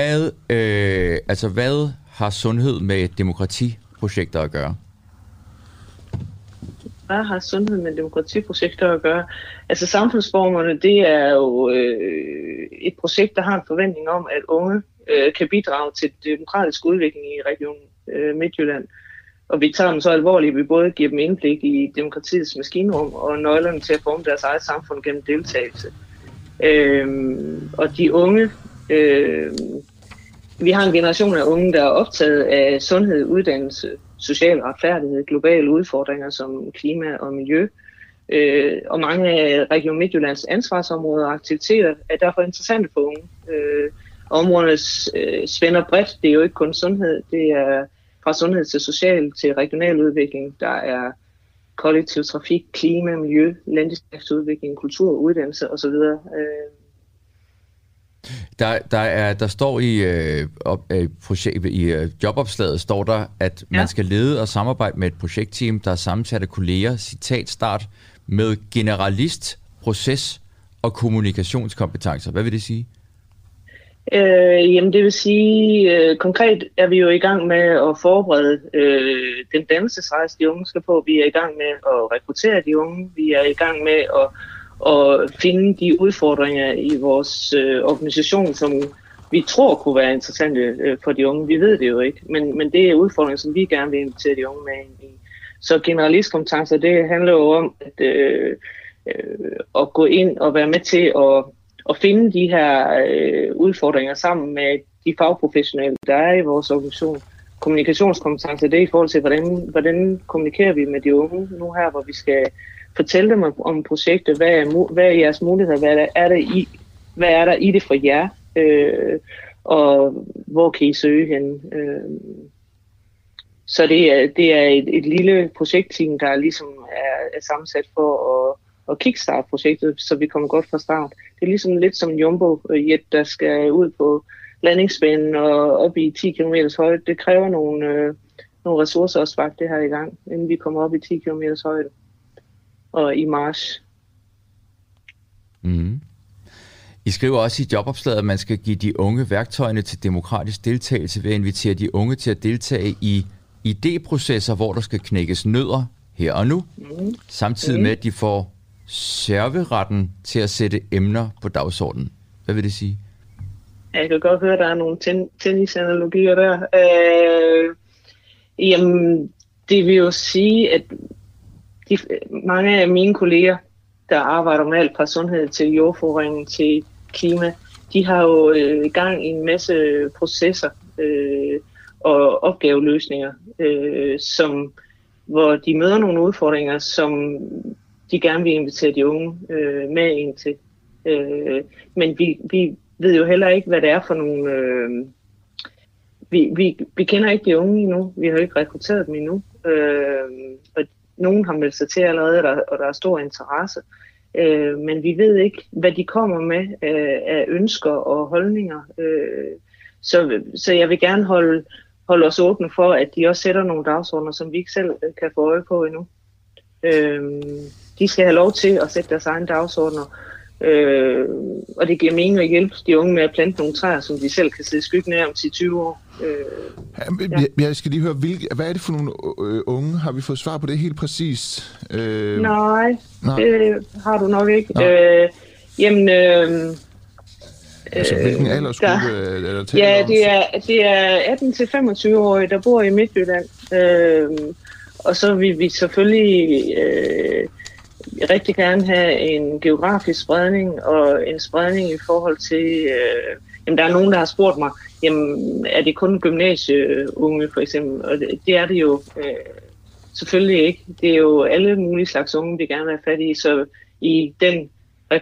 Hvad har sundhed med demokratiprojekter at gøre? Hvad har sundhed med demokratiprojekter at gøre? Altså samfundsformerne, det er jo et projekt, der har en forventning om, at unge kan bidrage til demokratisk udvikling i Region Midtjylland. Og vi tager dem så alvorligt, at vi både giver dem indblik i demokratiets maskinrum og nøglerne til at forme deres eget samfund gennem deltagelse. Og de unge, vi har en generation af unge, der er optaget af sundhed, uddannelse, social retfærdighed, globale udfordringer som klima og miljø. Og mange af Region Midtjyllands ansvarsområder og aktiviteter er derfor interessante for unge. Områderne spænder bredt. Det er jo ikke kun sundhed. Det er fra sundhed til social til regional udvikling. Der er kollektiv trafik, klima, miljø, landdistriktsudvikling, kultur, uddannelse osv. Der står i jobopslaget, står der, at man skal lede og samarbejde med et projektteam, der er sammensat af kolleger, citat start, med generalist, proces og kommunikationskompetencer. Hvad vil det sige? Jamen det vil sige, konkret er vi jo i gang med at forberede den dannelsesrejse, de unge skal på. Vi er i gang med at rekruttere de unge. Vi er i gang med at finde de udfordringer i vores organisation, som vi tror kunne være interessante for de unge. Vi ved det jo ikke, men det er udfordringer, som vi gerne vil invitere de unge med ind i. Så generalistkompetencer, det handler jo om at gå ind og være med til at finde de her udfordringer sammen med de fagprofessionelle, der er i vores organisation. Kommunikationskompetencer, det er i forhold til, hvordan kommunikerer vi med de unge nu her, hvor vi skal fortælle dem om projektet, hvad er jeres muligheder, hvad er der i det for jer, og hvor kan I søge hen. Så det er et lille projektteam, der ligesom er sammensat for at kickstarte projektet, så vi kommer godt fra start. Det er ligesom lidt som en jumbo-jet, der skal ud på landingsbanen og op i 10 km højde. Det kræver nogle ressourcer at sparke det her i gang, inden vi kommer op i 10 km højde og i march. Mm. I skriver også i jobopslaget, at man skal give de unge værktøjerne til demokratisk deltagelse ved at invitere de unge til at deltage i idéprocesser, hvor der skal knækkes nødder her og nu, samtidig med, at de får serveretten til at sætte emner på dagsordenen. Hvad vil det sige? Jeg kan godt høre, at der er nogle tennisanalogier der. Jamen, det vil jo sige, at mange af mine kolleger, der arbejder med alt fra sundhed til jordforurening til klima, de har jo i gang i en masse processer og opgaveløsninger, hvor de møder nogle udfordringer, som de gerne vil invitere de unge med ind til. Men vi ved jo heller ikke, hvad det er for nogle... Vi kender ikke de unge endnu. Vi har jo ikke rekrutteret dem endnu. Og nogen har meldt sig til allerede, og der er stor interesse. Men vi ved ikke, hvad de kommer med af ønsker og holdninger. Så jeg vil gerne holde os åbne for, at de også sætter nogle dagsordener, som vi ikke selv kan få øje på endnu. De skal have lov til at sætte deres egne dagsordener, Og det giver mening at hjælpe de unge med at plante nogle træer, som de selv kan sidde i skyggen af om 10-20 år. Jeg skal lige høre, hvad er det for nogle unge? Har vi fået svar på det helt præcist? Nej, det har du nok ikke. Altså, hvilken aldersgruppe er der tale om? Det er 18-25-årige, der bor i Midtjylland. Og så vil vi selvfølgelig rigtig gerne have en geografisk spredning og en spredning i forhold til... der er nogen, der har spurgt mig, jamen, er det kun gymnasieunge for eksempel? Og det er det jo selvfølgelig ikke. Det er jo alle mulige slags unge, vi gerne vil have fat i. Så i den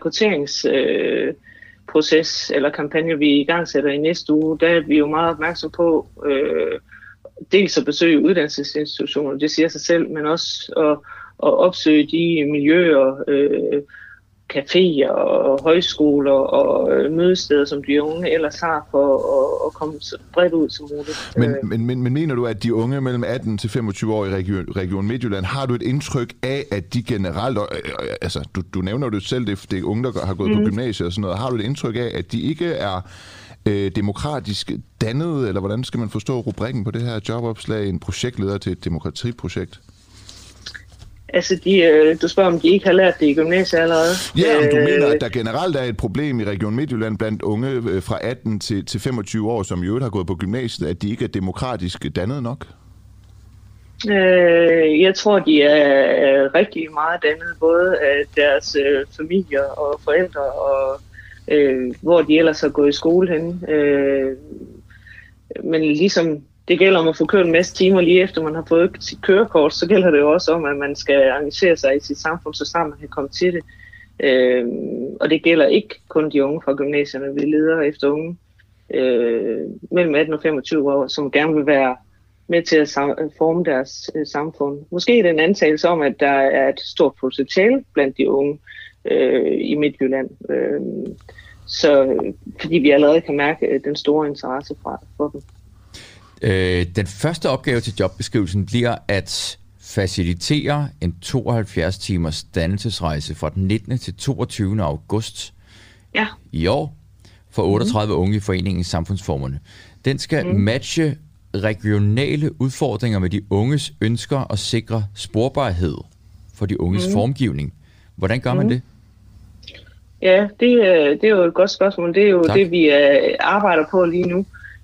rekrutteringsproces eller kampagne, vi i gang sætter i næste uge, der er vi jo meget opmærksom på dels at besøge uddannelsesinstitutioner, det siger sig selv, men også at opsøge de miljøer, caféer og højskoler og mødesteder, som de unge ellers har for at komme så bredt ud som muligt. Men mener du, at de unge mellem 18 til 25 år i Region Midtjylland, har du et indtryk af, at de generelt, altså du nævner jo selv, det er unge, der har gået på gymnasiet og sådan noget, har du et indtryk af, at de ikke er demokratisk dannet, eller hvordan skal man forstå rubrikken på det her jobopslag, en projektleder til et demokratiprojekt? Altså, du spørger, om de ikke har lært det i gymnasiet allerede? Ja, om du mener, at der generelt er et problem i Region Midtjylland blandt unge fra 18 til 25 år, som i øvrigt har gået på gymnasiet, at de ikke er demokratisk dannet nok? Jeg tror, de er rigtig meget dannet, både af deres familier og forældre, og hvor de ellers har gået i skole henne. Men ligesom det gælder om at få kørt en masse timer lige efter man har fået sit kørekort, så gælder det jo også om, at man skal engagere sig i sit samfund, så snart man kan komme til det. Og det gælder ikke kun de unge fra gymnasierne. Vi leder efter unge mellem 18 og 25 år, som gerne vil være med til at forme deres samfund. Måske er det en antagelse om, at der er et stort potentiale blandt de unge i Midtjylland. Så fordi vi allerede kan mærke den store interesse for dem. Den første opgave til jobbeskrivelsen bliver at facilitere en 72-timers dannelsesrejse fra den 19. til 22. august i år for 38 unge i foreningens Samfundsformerne. Den skal matche regionale udfordringer med de unges ønsker og sikre sporbarhed for de unges formgivning. Hvordan gør man det? Ja, det er jo et godt spørgsmål. Det er jo det, vi arbejder på lige nu.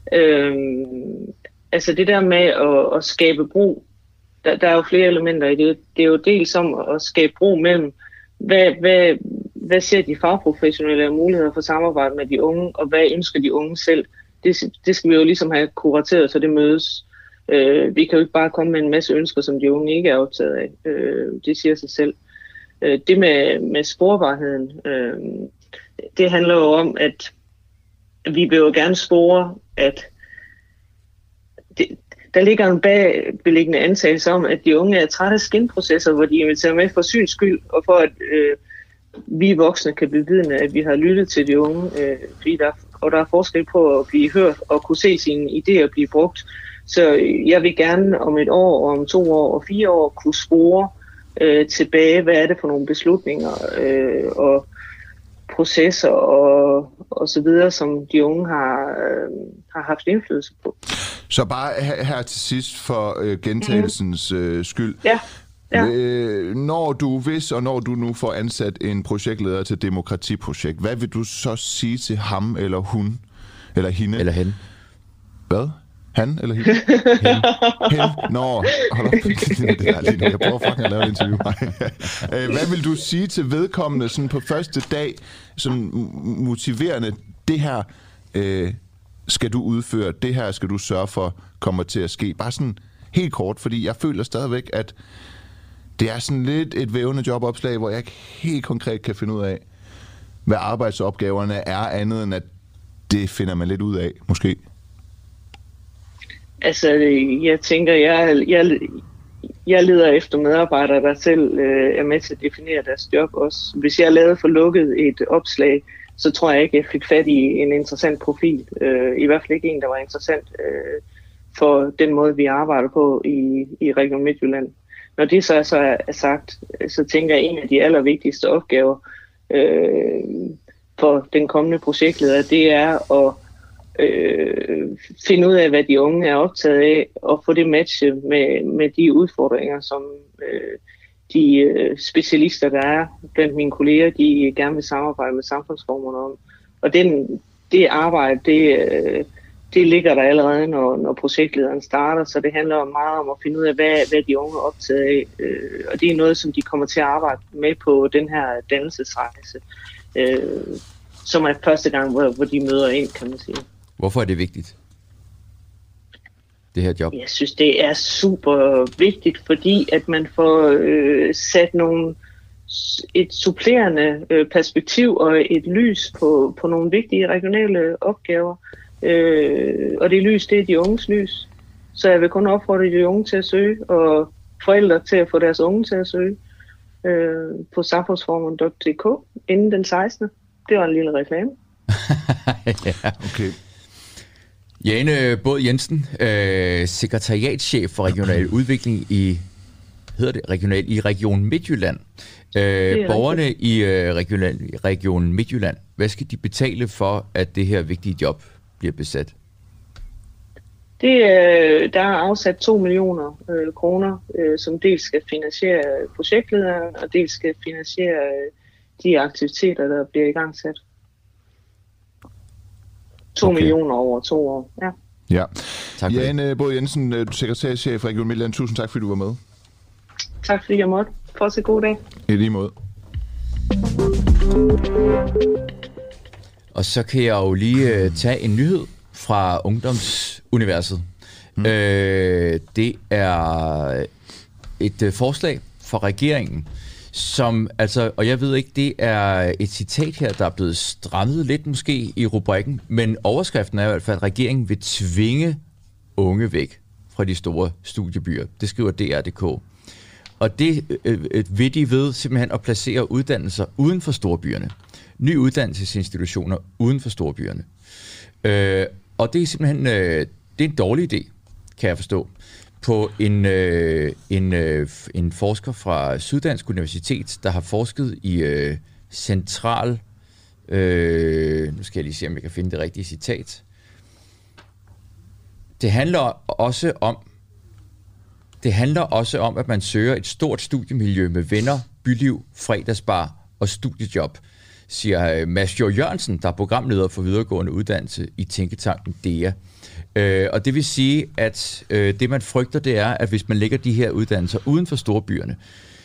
Altså det der med at skabe bro, der er jo flere elementer i det. Det er jo dels om at skabe bro mellem, hvad ser de fagprofessionelle muligheder for samarbejde med de unge, og hvad ønsker de unge selv. Det skal vi jo ligesom have kurateret, så det mødes. Vi kan jo ikke bare komme med en masse ønsker, som de unge ikke er optaget af. Det siger sig selv. Det med sporbarheden, det handler jo om, at vi vil jo gerne spore, at der ligger en bagbeliggende antagelse om, at de unge er trætte af skinprocesser, hvor de inviterer med for syns skyld, og for at vi voksne kan bevidne, at vi har lyttet til de unge, fordi der er forskel på at blive hørt og kunne se sine idéer blive brugt. Så jeg vil gerne om 1 år, om 2 år og 4 år kunne spore tilbage, hvad er det for nogle beslutninger og processer og så videre, som de unge har haft indflydelse på. Så bare her til sidst for gentagelsens skyld. Ja. Når du nu får ansat en projektleder til demokratiprojekt, hvad vil du så sige til ham eller hun eller hende? Eller hende. Hvad? Han eller hende? Hen. Nå, hold op. Det er lige nu. Jeg prøver fucking at lave et interview. Hvad vil du sige til vedkommende sådan på første dag, sådan motiverende, det her skal du udføre, det her skal du sørge for kommer til at ske? Bare sådan helt kort, fordi jeg føler stadigvæk, at det er sådan lidt et vævende jobopslag, hvor jeg ikke helt konkret kan finde ud af, hvad arbejdsopgaverne er andet end, at det finder man lidt ud af, måske. Altså, jeg tænker, jeg leder efter medarbejdere, der selv er med til at definere deres job også. Hvis jeg lavede for lukket et opslag, så tror jeg ikke, jeg fik fat i en interessant profil. I hvert fald ikke en, der var interessant for den måde, vi arbejder på i Region Midtjylland. Når det så er sagt, så tænker jeg, at en af de allervigtigste opgaver for den kommende projektleder, det er at finde ud af, hvad de unge er optaget af, og få det matche med de udfordringer, som de specialister, der er blandt mine kolleger, de gerne vil samarbejde med samfundsformerne om. Og det arbejde, det ligger der allerede, når projektlederen starter, så det handler meget om at finde ud af, hvad de unge er optaget af. Og det er noget, som de kommer til at arbejde med på den her dannelsesrejse, som er første gang, hvor de møder ind, kan man sige. Hvorfor er det vigtigt, det her job? Jeg synes, det er super vigtigt, fordi at man får sat et supplerende perspektiv og et lys på nogle vigtige regionale opgaver. Og det lys, det er de unges lys. Så jeg vil kun opfordre de unge til at søge, og forældre til at få deres unge til at søge på samfundsformen.dk inden den 16. Det var en lille reklame. Ja, okay. Jane Båd Jensen, sekretariatschef for regional udvikling i Region Midtjylland. Borgerne i Region Midtjylland, hvad skal de betale for, at det her vigtige job bliver besat? Der er afsat 2 millioner kroner, som dels skal finansiere projektlederen, og dels skal finansiere de aktiviteter, der bliver igangsat. 2 millioner over 2 år, ja. Ja. Tak. Jane Båd Jensen, sekretærchef for Region Midtjylland. Tusind tak, fordi du var med. Tak fordi jeg måtte. Fortsæt god dag. I lige måde. Og så kan jeg jo lige tage en nyhed fra Ungdomsuniverset. Det er et forslag fra regeringen, som altså, og jeg ved ikke, det er et citat her, der er blevet strammet lidt måske i rubrikken, men overskriften er i hvert fald, at regeringen vil tvinge unge væk fra de store studiebyer. Det skriver DR.dk. Og det vil de ved simpelthen at placere uddannelser uden for storbyerne. Nye uddannelsesinstitutioner uden for storbyerne. Og det er simpelthen det er en dårlig idé, kan jeg forstå, på en forsker fra Syddansk Universitet, der har forsket i central... nu skal jeg lige se, om jeg kan finde det rigtige citat. Det handler også om, at man søger et stort studiemiljø med venner, byliv, fredagsbar og studiejob, siger Mads Jo Jørgensen, der er programleder for videregående uddannelse i tænketanken DEA. Og det vil sige, at det man frygter, det er, at hvis man lægger de her uddannelser uden for storbyerne,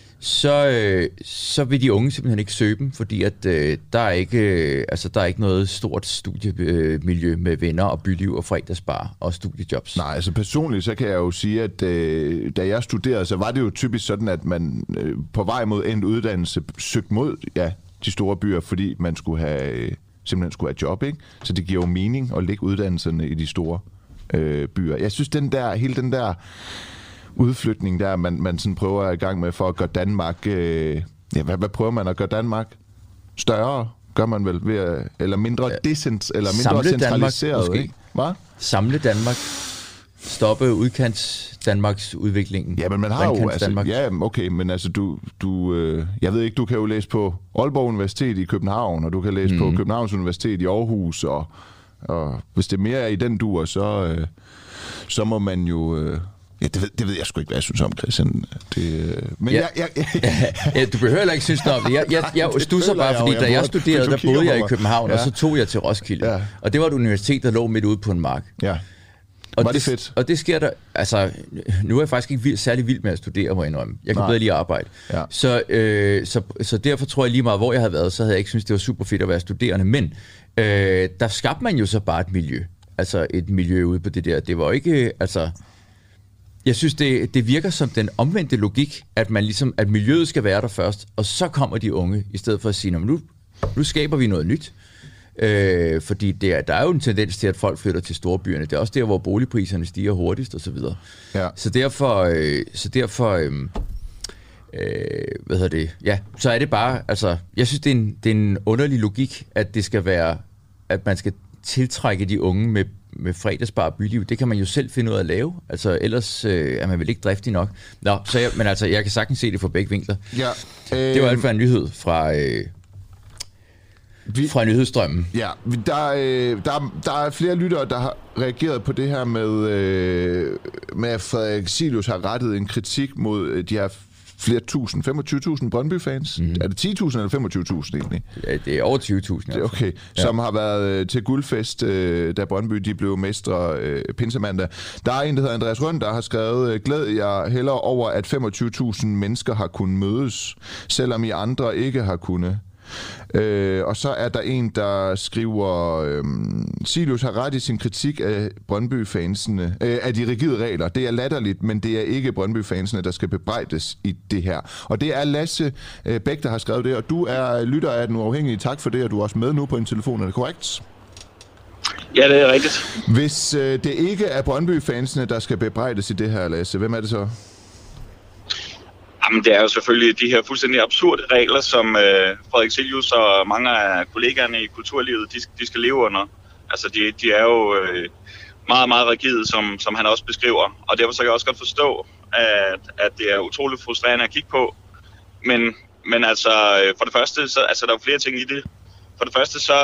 så vil de unge simpelthen ikke søge dem, fordi at der er ikke noget stort studiemiljø med venner og byliv og fredagsbar og studiejobs. Nej, altså personligt så kan jeg jo sige, at da jeg studerede, så var det jo typisk sådan, at man på vej mod en uddannelse søgte mod de store byer, fordi man simpelthen skulle have job, ikke? Så det giver jo mening at lægge uddannelserne i de store byer. Jeg synes, hele den der udflytning der, man sådan prøver i gang med for at gøre Danmark... hvad prøver man at gøre Danmark større? Gør man vel ved at, eller mindre mindre centraliseret, ikke? Hvad? Samle Danmark. Stoppe udkants Danmarks udviklingen. Ja, men man har jo... Altså, ja, okay, men altså jeg ved ikke, du kan jo læse på Aalborg Universitet i København, og du kan læse på Københavns Universitet i Aarhus, og hvis det mere er i den dur, så må man jo... Ja, det ved jeg sgu ikke, hvad jeg synes om, Christian. Men du behøver heller ikke synes noget om det. Jeg stusser bare, fordi da jeg studerede, der boede jeg i København, og så tog jeg til Roskilde. Ja. Og det var et universitet, der lå midt ude på en mark. Ja. Og var det fedt? Og det sker der... Altså, nu er jeg faktisk ikke særlig vild med at studere, må jeg indrømme. Jeg kan bedre lige arbejde. Ja. Så derfor tror jeg lige meget, hvor jeg havde været, så havde jeg ikke synes det var super fedt at være studerende. Men der skabte man jo så bare et miljø. Altså et miljø ude på det der. Det var jo ikke... Altså... Jeg synes, det virker som den omvendte logik, at man ligesom, at miljøet skal være der først, og så kommer de unge, i stedet for at sige, nu skaber vi noget nyt. Fordi der er jo en tendens til, at folk flytter til storbyerne. Det er også der, hvor boligpriserne stiger hurtigst og så videre. Ja. Så derfor så er det bare, altså, jeg synes, det er en underlig logik, at det skal være, at man skal tiltrække de unge med fredagsbar byliv. Det kan man jo selv finde ud af at lave. Altså, ellers er man vel ikke driftig nok. Men altså, jeg kan sagtens se det fra begge vinkler. Ja, det var i hvert fald en nyhed fra nyhedsstrømmen. Ja, der er flere lyttere, der har reageret på det her med at Frederik Cilius har rettet en kritik mod de her flere tusind, 25.000 Brøndby-fans. Er det 10.000 eller 25.000 egentlig? Ja, det er over 20.000. Altså. Okay, som har været til guldfest, da Brøndby de blev mestre pinsemandag. Der er en, der hedder Andreas Røn, der har skrevet: glæd jer hellere over, at 25.000 mennesker har kunnet mødes, selvom I andre ikke har kunnet. Og så er der en, der skriver: Cilius har ret i sin kritik af Brøndby-fansene, af de rigide regler. Det er latterligt, men det er ikke Brøndby-fansene, der skal bebrejdes i det her. Og det er Lasse Bæk, der har skrevet det, og du er lytter af Den Uafhængige. Tak for det, og du er også med nu på en telefon. Er det korrekt? Ja, det er rigtigt. Hvis det ikke er Brøndby-fansene, der skal bebrejdes i det her, Lasse, hvem er det så? Jamen, det er jo selvfølgelig de her fuldstændig absurde regler, som Frederik Cilius og mange af kollegaerne i kulturlivet, de skal leve under. Altså, de er jo meget, meget rigide, som han også beskriver. Og derfor så kan jeg også godt forstå, at det er utroligt frustrerende at kigge på. Men altså, for det første, så altså, der er jo flere ting i det. For det første, så,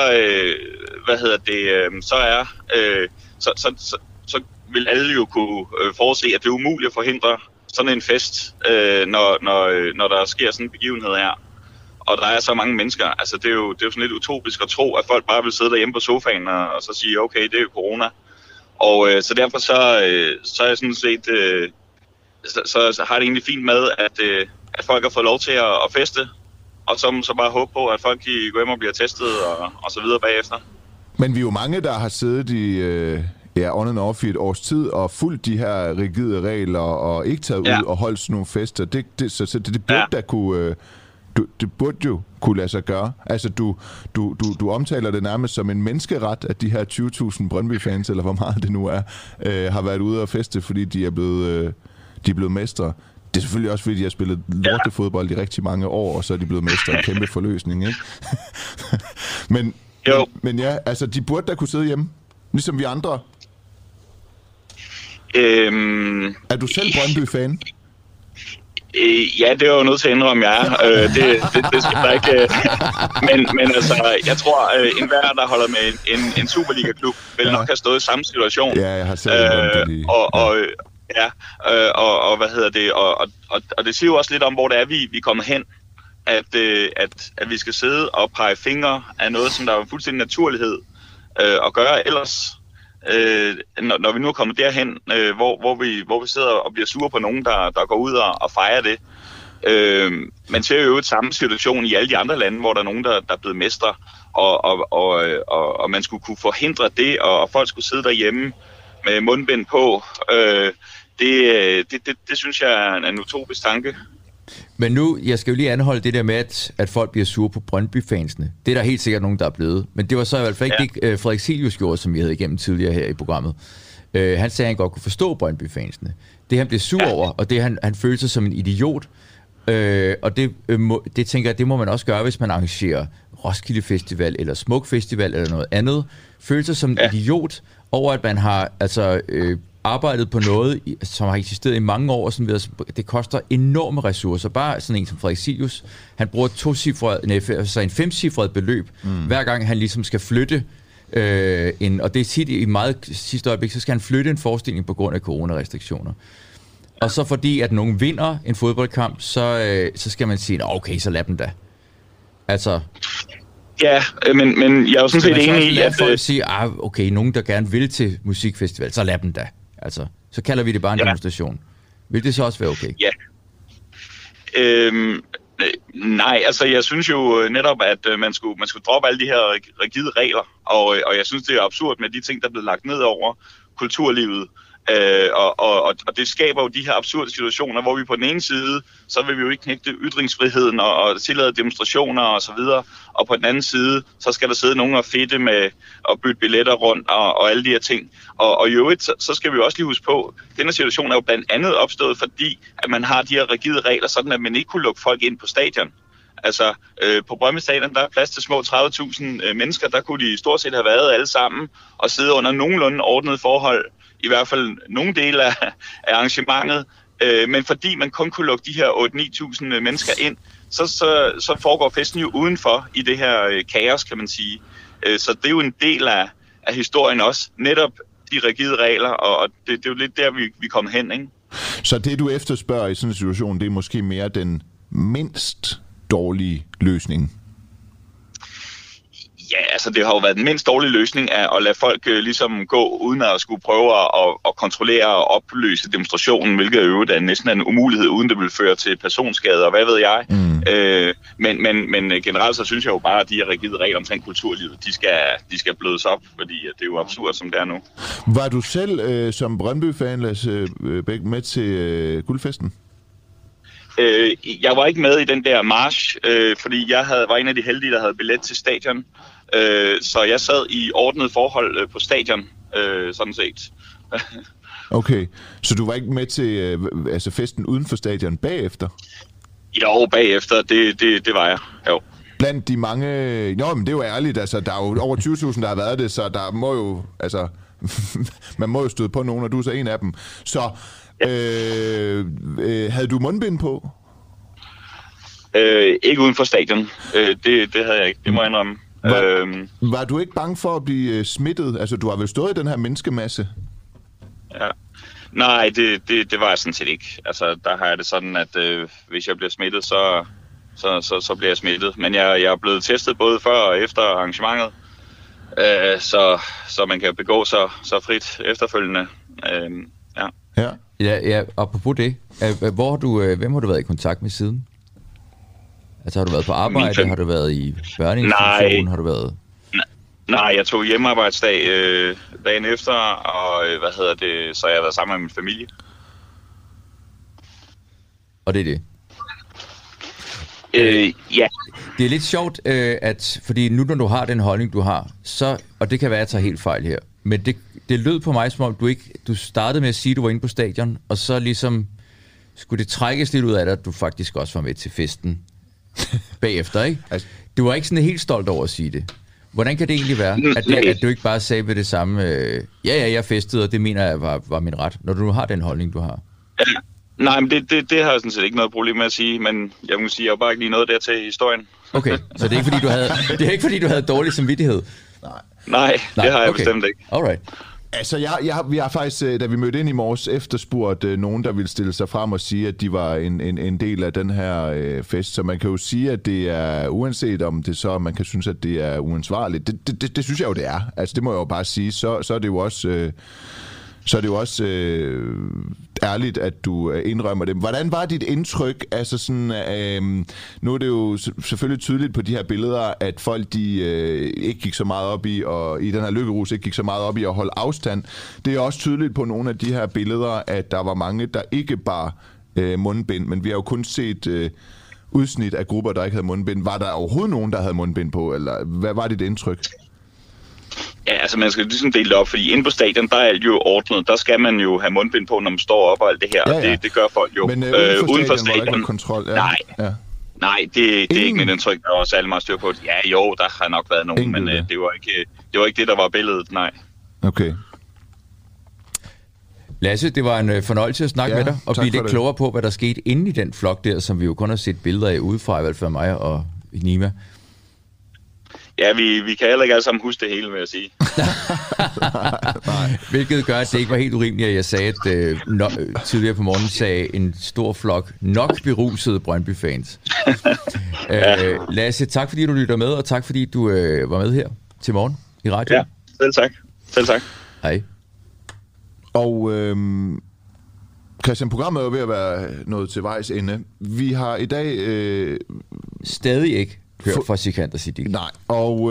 så vil alle jo kunne forudse, at det er umuligt at forhindre sådan en fest, når der sker sådan en begivenhed her. Og der er så mange mennesker. Altså, det er jo sådan lidt utopisk at tro, at folk bare vil sidde derhjemme på sofaen og så sige, okay, det er jo corona. Og så derfor så er jeg sådan set, så har det egentlig fint med, at folk har fået lov til at feste, og så bare håbe på, at folk går hjem og bliver testet og så videre bagefter. Men vi er jo mange, der har siddet i on and off i et års tid og fulgt de her rigide regler og ikke taget ud og holdt sådan nogle fester. Det burde da kunne... Det burde jo kunne lade sig gøre. Altså, du omtaler det nærmest som en menneskeret, at de her 20.000 Brøndby-fans, eller hvor meget det nu er, har været ude og feste, fordi de er blevet mestre. Det er selvfølgelig også, fordi de har spillet lortefodbold i rigtig mange år, og så er de blevet mestre. En kæmpe forløsning, ikke? men ja, altså, de burde da kunne sidde hjemme, ligesom vi andre. Er du selv Brøndby-fan? Ja, det er jo nødt til at indrømme, jeg er. Det skal der ikke. Men altså, jeg tror, enhver, der holder med en Superliga-klub, vil nok have stået i samme situation. Ja, jeg har selv og det siger jo også lidt om, hvor det er, vi er kommet hen. At vi skal sidde og pege fingre af noget, som der er en fuldstændig naturlighed at gøre ellers. Når vi nu er kommet derhen, hvor vi sidder og bliver sure på nogen, der går ud og fejrer det. Man ser jo et samme situation i alle de andre lande, hvor der er nogen, der er blevet mestre, og man skulle kunne forhindre det, og folk skulle sidde derhjemme med mundbind på. Det synes jeg er en utopisk tanke. Men nu, jeg skal jo lige anholde det der med, at folk bliver sure på Brøndby-fansene. Det er der helt sikkert nogen, der er blevet. Men det var så i hvert fald ikke det, Frederik Cilius gjorde, som vi havde igennem tidligere her i programmet. Han sagde, at han godt kunne forstå Brøndby-fansene. Det han blev sur over, og det han følte sig som en idiot. Og det tænker jeg, det må man også gøre, hvis man arrangerer Roskilde Festival, eller Smuk Festival, eller noget andet. Føle sig som en idiot over, at man har arbejdet på noget, som har eksisteret i mange år, sådan det koster enorme ressourcer. Bare sådan en som Frederik Cilius, han bruger en 5-cifret beløb, hver gang han ligesom skal flytte og det er tit i meget sidste øjeblik, så skal han flytte en forestilling på grund af coronarestriktioner. Og så fordi, at nogen vinder en fodboldkamp, så skal man sige, okay, så lad dem da. Altså... Ja, men jeg er jo sådan set enig i, at folk siger, okay, nogen der gerne vil til musikfestival, så lad dem da. Altså, så kalder vi det bare en demonstration. Vil det så også være okay? Ja. Nej, altså jeg synes jo netop, at man skulle droppe alle de her rigide regler, og jeg synes, det er absurd med de ting, der er blevet lagt ned over kulturlivet. Og det skaber jo de her absurde situationer, hvor vi på den ene side, så vil vi jo ikke knægte ytringsfriheden og tillade demonstrationer og så videre, og på den anden side, så skal der sidde nogen og fedte med at bytte billetter rundt og alle de her ting. Og i øvrigt, så skal vi jo også lige huske på, at denne situation er jo blandt andet opstået, fordi at man har de her rigide regler, sådan at man ikke kunne lukke folk ind på stadion. Altså, på Brøndby Stadion, der er plads til små 30.000 mennesker, der kunne de stort set have været alle sammen og sidde under nogenlunde ordnede forhold, i hvert fald nogle dele af arrangementet, Men fordi man kun kunne lukke de her 8-9.000 mennesker ind, så foregår festen jo udenfor i det her kaos, kan man sige. Så det er jo en del af historien også. Netop de rigide regler, og det er jo lidt der, vi kommer hen, ikke? Så det, du efterspørger i sådan en situation, det er måske mere den mindst dårlige løsning? Ja, altså det har jo været den mindst dårlige løsning at lade folk ligesom gå, uden at skulle prøve at kontrollere og opløse demonstrationen, hvilket jo er næsten en umulighed, uden det vil føre til personskader, og hvad ved jeg. Men generelt så synes jeg jo bare, at de her rigide regler omkring kulturlivet, de skal blødes op, fordi det er jo absurd, som det er nu. Var du selv som Brøndby-fan, Lasse Bech, med til guldfesten? Jeg var ikke med i den der march, fordi jeg var en af de heldige, der havde billet til stadion. Så jeg sad i ordnet forhold på stadion, sådan set. Okay, så du var ikke med til festen uden for stadion bagefter? Jo, bagefter, det var jeg, jo. Blandt de mange... Jo, men det er jo ærligt, altså der er jo over 20.000, der har været det, så der må jo... Altså, man må jo støde på nogen, og du er så en af dem. Så havde du mundbind på? Ikke uden for stadion. Det havde jeg ikke, det må jeg indrømme. Var du ikke bange for at blive smittet? Altså, du har vel stået i den her menneskemasse? Ja. Nej, det var jeg sådan set ikke. Altså, der har jeg det sådan, at hvis jeg bliver smittet, så bliver jeg smittet. Men jeg er blevet testet både før og efter arrangementet, så man kan begå sig så frit efterfølgende. Ja, apropos det. Hvem har du været i kontakt med siden? Altså har du været på arbejde? Har du været i børneinstitutionen? Har du været... Nej, jeg tog hjemmearbejdsdag dagen efter, og så jeg har været sammen med min familie. Og det er det? Ja. Det er lidt sjovt, fordi nu når du har den holdning, du har, så, og det kan være, at jeg tager helt fejl her, men det lød på mig, som om du startede med at sige, at du var inde på stadion, og så ligesom skulle det trækkes lidt ud af dig, at du faktisk også var med til festen bagefter, ikke? Altså, du var ikke sådan helt stolt over at sige det. Hvordan kan det egentlig være, at du ikke bare sagde ved det samme, jeg festede, og det mener jeg var min ret, når du har den holdning, du har? Ja. Nej, men det har jeg sådan set ikke noget problem med at sige, men jeg må sige, jeg var bare ikke lige noget dertil i historien. Okay, så det er ikke fordi, du havde dårlig samvittighed? Nej, det har jeg bestemt ikke. Alright. Altså, vi har faktisk, da vi mødte ind i morges, efterspurgt nogen, der ville stille sig frem og sige, at de var en del af den her fest. Så man kan jo sige, at det er, uanset om det så, man kan synes, at det er uansvarligt. Det synes jeg jo, det er. Altså, det må jeg jo bare sige. Så er det jo også... ærligt, at du indrømmer det. Hvordan var dit indtryk? Altså sådan, nu er det jo selvfølgelig tydeligt på de her billeder, at folk de ikke gik så meget op i, og i den her lykkerus ikke gik så meget op i at holde afstand. Det er også tydeligt på nogle af de her billeder, at der var mange, der ikke bar mundbind, men vi har jo kun set udsnit af grupper, der ikke havde mundbind. Var der overhovedet nogen, der havde mundbind på, eller hvad var dit indtryk? Ja, altså man skal ligesom dele det op, fordi inde på stadion, der er alt jo ordnet. Der skal man jo have mundbind på, når man står op og alt det her. Ja. Det gør folk jo. Men uden for stadion, kontrol, ja. Nej, det er ikke mit indtryk, der var særlig meget styr på det. Ja, jo, der har nok været nogen, men det var ikke det, der var billedet, nej. Okay. Lasse, det var en fornøjelse at snakke med dig, og blive lidt klogere på, hvad der skete inde i den flok der, som vi jo kun har set billeder af udefra, i hvert fald mig og Nima. Ja, vi kan heller ikke alle sammen huske det hele, vil jeg sige. Hvilket gør, at det ikke var helt urimeligt, at jeg sagde, at tidligere på morgenen sagde en stor flok nok berusede Brøndby-fans. Lasse, tak fordi du lytter med, og tak fordi du var med her til morgen i radio. Ja, selv tak. Hej. Og Christian, programmet er jo ved at være nået til vejs ende. Vi har i dag... stadig ikke hørt fra Sikander Siddique. Nej, og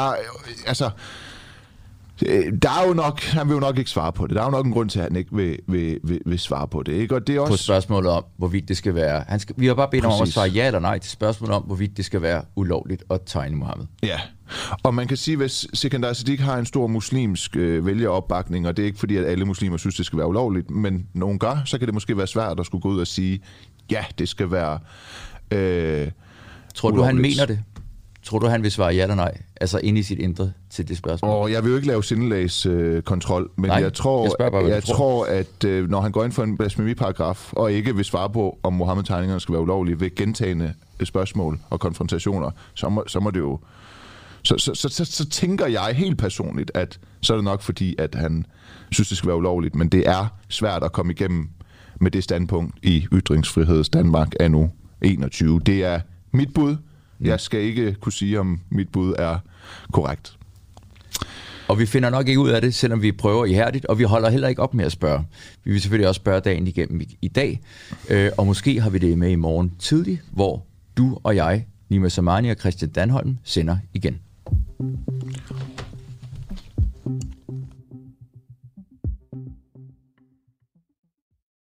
der er jo nok, han vil jo nok ikke svare på det. Der er jo nok en grund til, at han ikke vil svare på det. Ikke? Og det er også... På spørgsmålet om, hvorvidt det skal være... vi har bare bedt om at svare ja eller nej til spørgsmålet om, hvorvidt det skal være ulovligt at tegne Mohammed. Ja, og man kan sige, at hvis Sikander Siddique har en stor muslimsk vælgeropbakning, og det er ikke fordi, at alle muslimer synes, det skal være ulovligt, men nogen gør, så kan det måske være svært at skulle gå ud og sige, ja, det skal være Tror du, han mener det? Tror du, han vil svare ja eller nej? altså inde i sit indre til det spørgsmål? Og jeg vil jo ikke lave sindelagskontrol, men Nej, jeg tror, jeg tror, at når han går ind for en blasfemiparagraf, og ikke vil svare på, om Mohammed-tegningerne skal være ulovlige ved gentagende spørgsmål og konfrontationer, så må det jo... Så tænker jeg helt personligt, at så er det nok fordi, at han synes, det skal være ulovligt, men det er svært at komme igennem med det standpunkt i ytringsfriheds Danmark anno 21. Det er mit bud. Jeg skal ikke kunne sige, om mit bud er korrekt. Og vi finder nok ikke ud af det, selvom vi prøver ihærdigt, og vi holder heller ikke op med at spørge. Vi vil selvfølgelig også spørge dagen igennem i dag, og måske har vi det med i morgen tidligt, hvor du og jeg, Nima Samani og Christian Danholm, sender igen.